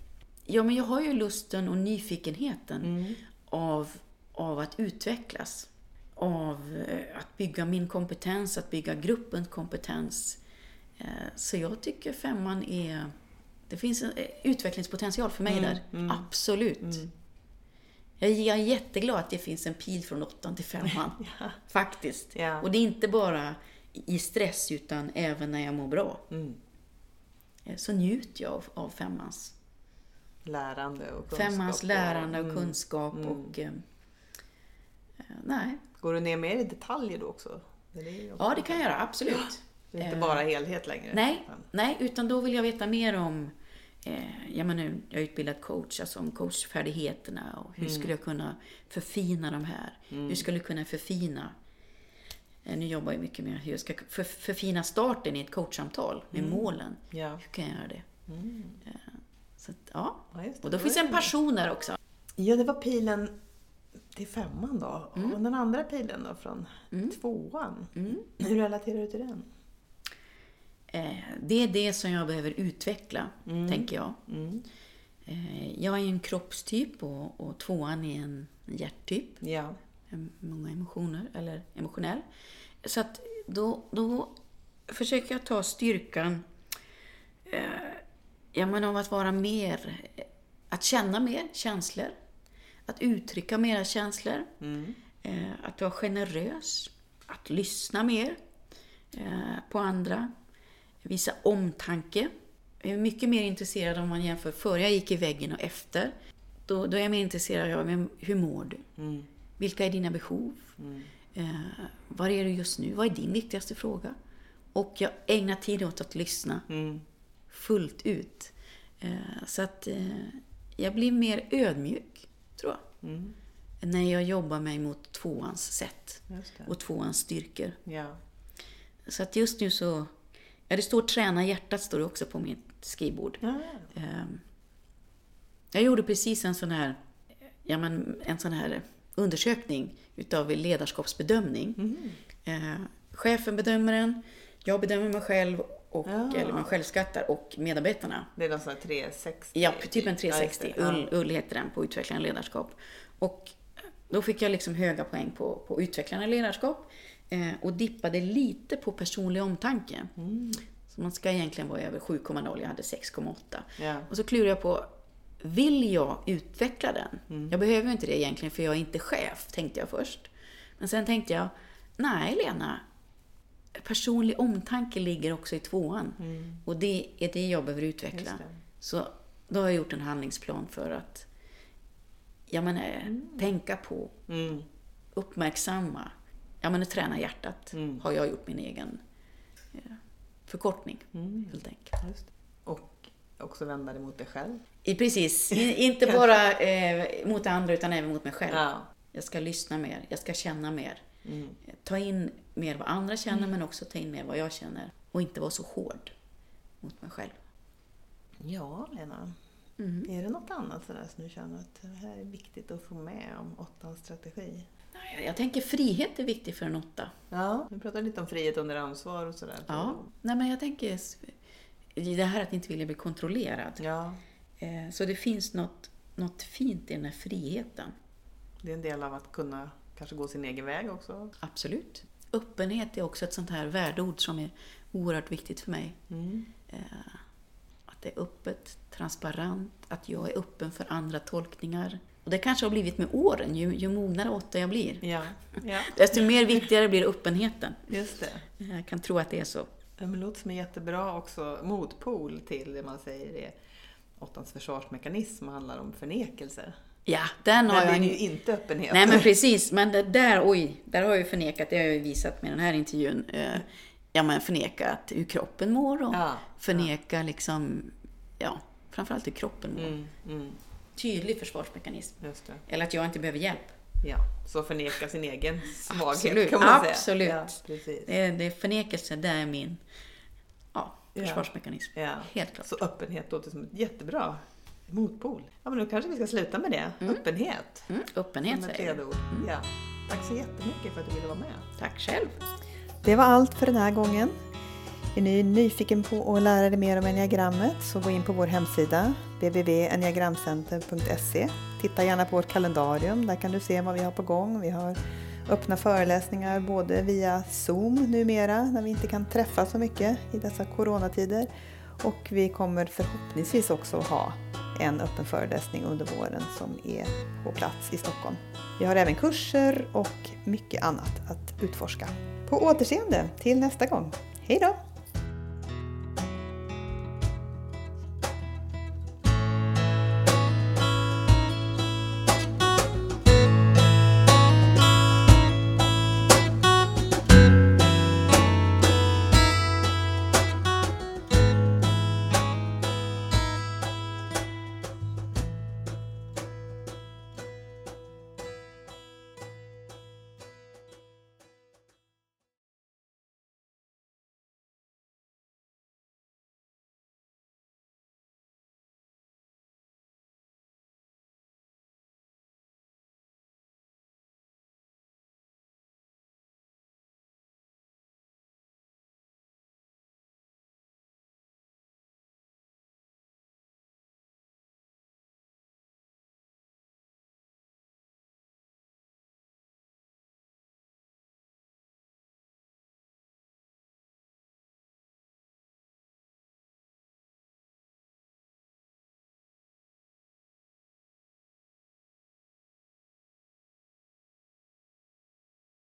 Ja, men jag har ju lusten och nyfikenheten Mm. av, av att utvecklas. Av eh, att bygga min kompetens, att bygga gruppens kompetens. Eh, Så jag tycker femman är... Det finns en eh, utvecklingspotential för mig Mm, där. mm. Absolut. Mm. Jag jag är jätteglad att det finns en pil från åttan till femman. Ja. Faktiskt. Ja. Och det är inte bara i stress utan även när jag mår bra. Mm. Eh, Så njuter jag av, av femmans. Lärande och kunskap. Femmans lärande och Mm. kunskap. Mm. Och, eh, eh, nej. Går du ner mer i detaljer då också? Det är ju också- Ja, det kan jag göra. Absolut. Det är inte Eh, bara helhet längre. Nej, Men- nej, utan då vill jag veta mer om, eh, jag menar, jag är utbildad coach, alltså om coachfärdigheterna och hur Mm. skulle jag kunna förfina de här? Mm. Hur skulle jag kunna förfina, eh, nu jobbar jag mycket med hur jag ska för, förfina starten i ett coachsamtal med Mm. målen. Ja. Hur kan jag göra det? Mm. Så att, ja. Ja, just det. Och då finns en passion där också. Ja, det var pilen till femman då. Mm. Och den andra pilen då från Mm. tvåan. Mm. Hur relaterar du till den? Eh, det är det som jag behöver utveckla, Mm. tänker jag. Mm. Eh, jag är en kroppstyp och, och tvåan är en hjärttyp. Ja. Många emotioner, eller emotionell. Så att då, då försöker jag ta styrkan eh, ja, men av att vara mer, att känna mer känslor, att uttrycka mera känslor, Mm. eh, att vara generös, att lyssna mer eh, på andra, visa omtanke. Jag är mycket mer intresserad om man jämför före jag gick i väggen och efter. Då, då är jag mer intresserad av men hur mår du? Mm. Vilka är dina behov? Mm. Eh, var är du just nu? Vad är din viktigaste fråga? Och jag ägnar tid åt att lyssna Mm. fullt ut. Eh, så att eh, jag blir mer ödmjuk, tror jag. Mm. När jag jobbar mig mot tvåans sätt Just det. och tvåans styrkor. Ja. Så att just nu så... Ja, det står träna hjärtat, står det också på mitt skrivbord. Ja. Eh, jag gjorde precis en sån här, ja, men en sån här undersökning utav ledarskapsbedömning. Mm. Eh, chefen bedömer den, jag bedömer mig själv, och, Ja. eller man självskattar, och medarbetarna. Det är någon sån här tre sextio. Ja, typ en tre sextio. Ja, just det. Ull, Ull heter den på utvecklande ledarskap. Och då fick jag liksom höga poäng på, på utvecklande ledarskap. Eh, och dippade lite på personlig omtanke. Mm. Så man ska egentligen vara över sju komma noll, jag hade sex komma åtta. Ja. Och så klurade jag på, vill jag utveckla den? Mm. Jag behöver ju inte det egentligen, för jag är inte chef, tänkte jag först. Men sen tänkte jag, nej Lena, personlig omtanke ligger också i tvåan. Mm. Och det är det jag behöver utveckla. Just det. Så då har jag gjort en handlingsplan för att ja, men, eh, tänka på, Mm. uppmärksamma, ja, men, träna hjärtat. Mm. Har jag gjort min egen eh, förkortning, Mm. helt enkelt. Just det. Och också vända dig mot dig själv. I, precis, I, inte bara eh, mot andra utan även mot mig själv. Ja. Jag ska lyssna mer, jag ska känna mer. Mm. Ta in mer vad andra känner, men också ta in mer vad jag känner. Och inte vara så hård mot mig själv. Ja, Lena. Mm. Är det något annat sådär som du känner att det här är viktigt att få med om åttans strategi? Nej, Jag tänker frihet är viktigt för en åtta. Ja, vi pratade lite om frihet under ansvar och sådär. Ja, nej, men jag tänker s- det här att inte vilja bli kontrollerad. Ja, Eh, Så det finns något, något fint i den här friheten. det är en del av att kunna kanske gå sin egen väg också. Absolut. Öppenhet är också ett sånt här värdeord som är oerhört viktigt för mig. Mm. Eh, Att det är öppet, transparent, att jag är öppen för andra tolkningar. Och det kanske har blivit med åren, ju, ju mognare åtta jag blir. Ja, ja, Desto mer viktigare blir öppenheten. just det. Jag kan tro att det är så. Ja, men det låter som en jättebra också motpol till det man säger är åttans försvarsmekanism handlar om förnekelse. Ja, den har Men det jag... är ju inte öppenhet. Nej, men precis. Men det där, oj, där har jag ju förnekat, det har jag ju visat med den här intervjun. Eh, ja, men förnekat hur kroppen mår och Ja, förneka liksom, ja, framförallt hur kroppen mår. Mm, mm, Tydlig försvarsmekanism. just det. Eller att jag inte behöver hjälp. Ja, så förneka sin egen svaghet Absolut, kan man säga. absolut. Ja, precis. Det är, det är förnekelse, det är min ja, Ja. försvarsmekanism. Ja. Helt klart. Så öppenhet låter som ett jättebra motpol. Ja, men då kanske vi ska sluta med det. Mm. Öppenhet. Mm, öppenhet Som ett säger jag. ledord. Ja. Tack så jättemycket för att du ville vara med. Tack själv. Det var allt för den här gången. Är ni nyfiken på att lära dig mer om enneagrammet så gå in på vår hemsida w w w punkt enneagramcenter punkt se. Titta gärna på vårt kalendarium, där kan du se vad vi har på gång. Vi har öppna föreläsningar både via Zoom numera när vi inte kan träffa så mycket i dessa coronatider. Och vi kommer förhoppningsvis också ha en öppen föreläsning under våren som är på plats i Stockholm. Vi har även kurser och mycket annat att utforska. På återseende till nästa gång. Hej då!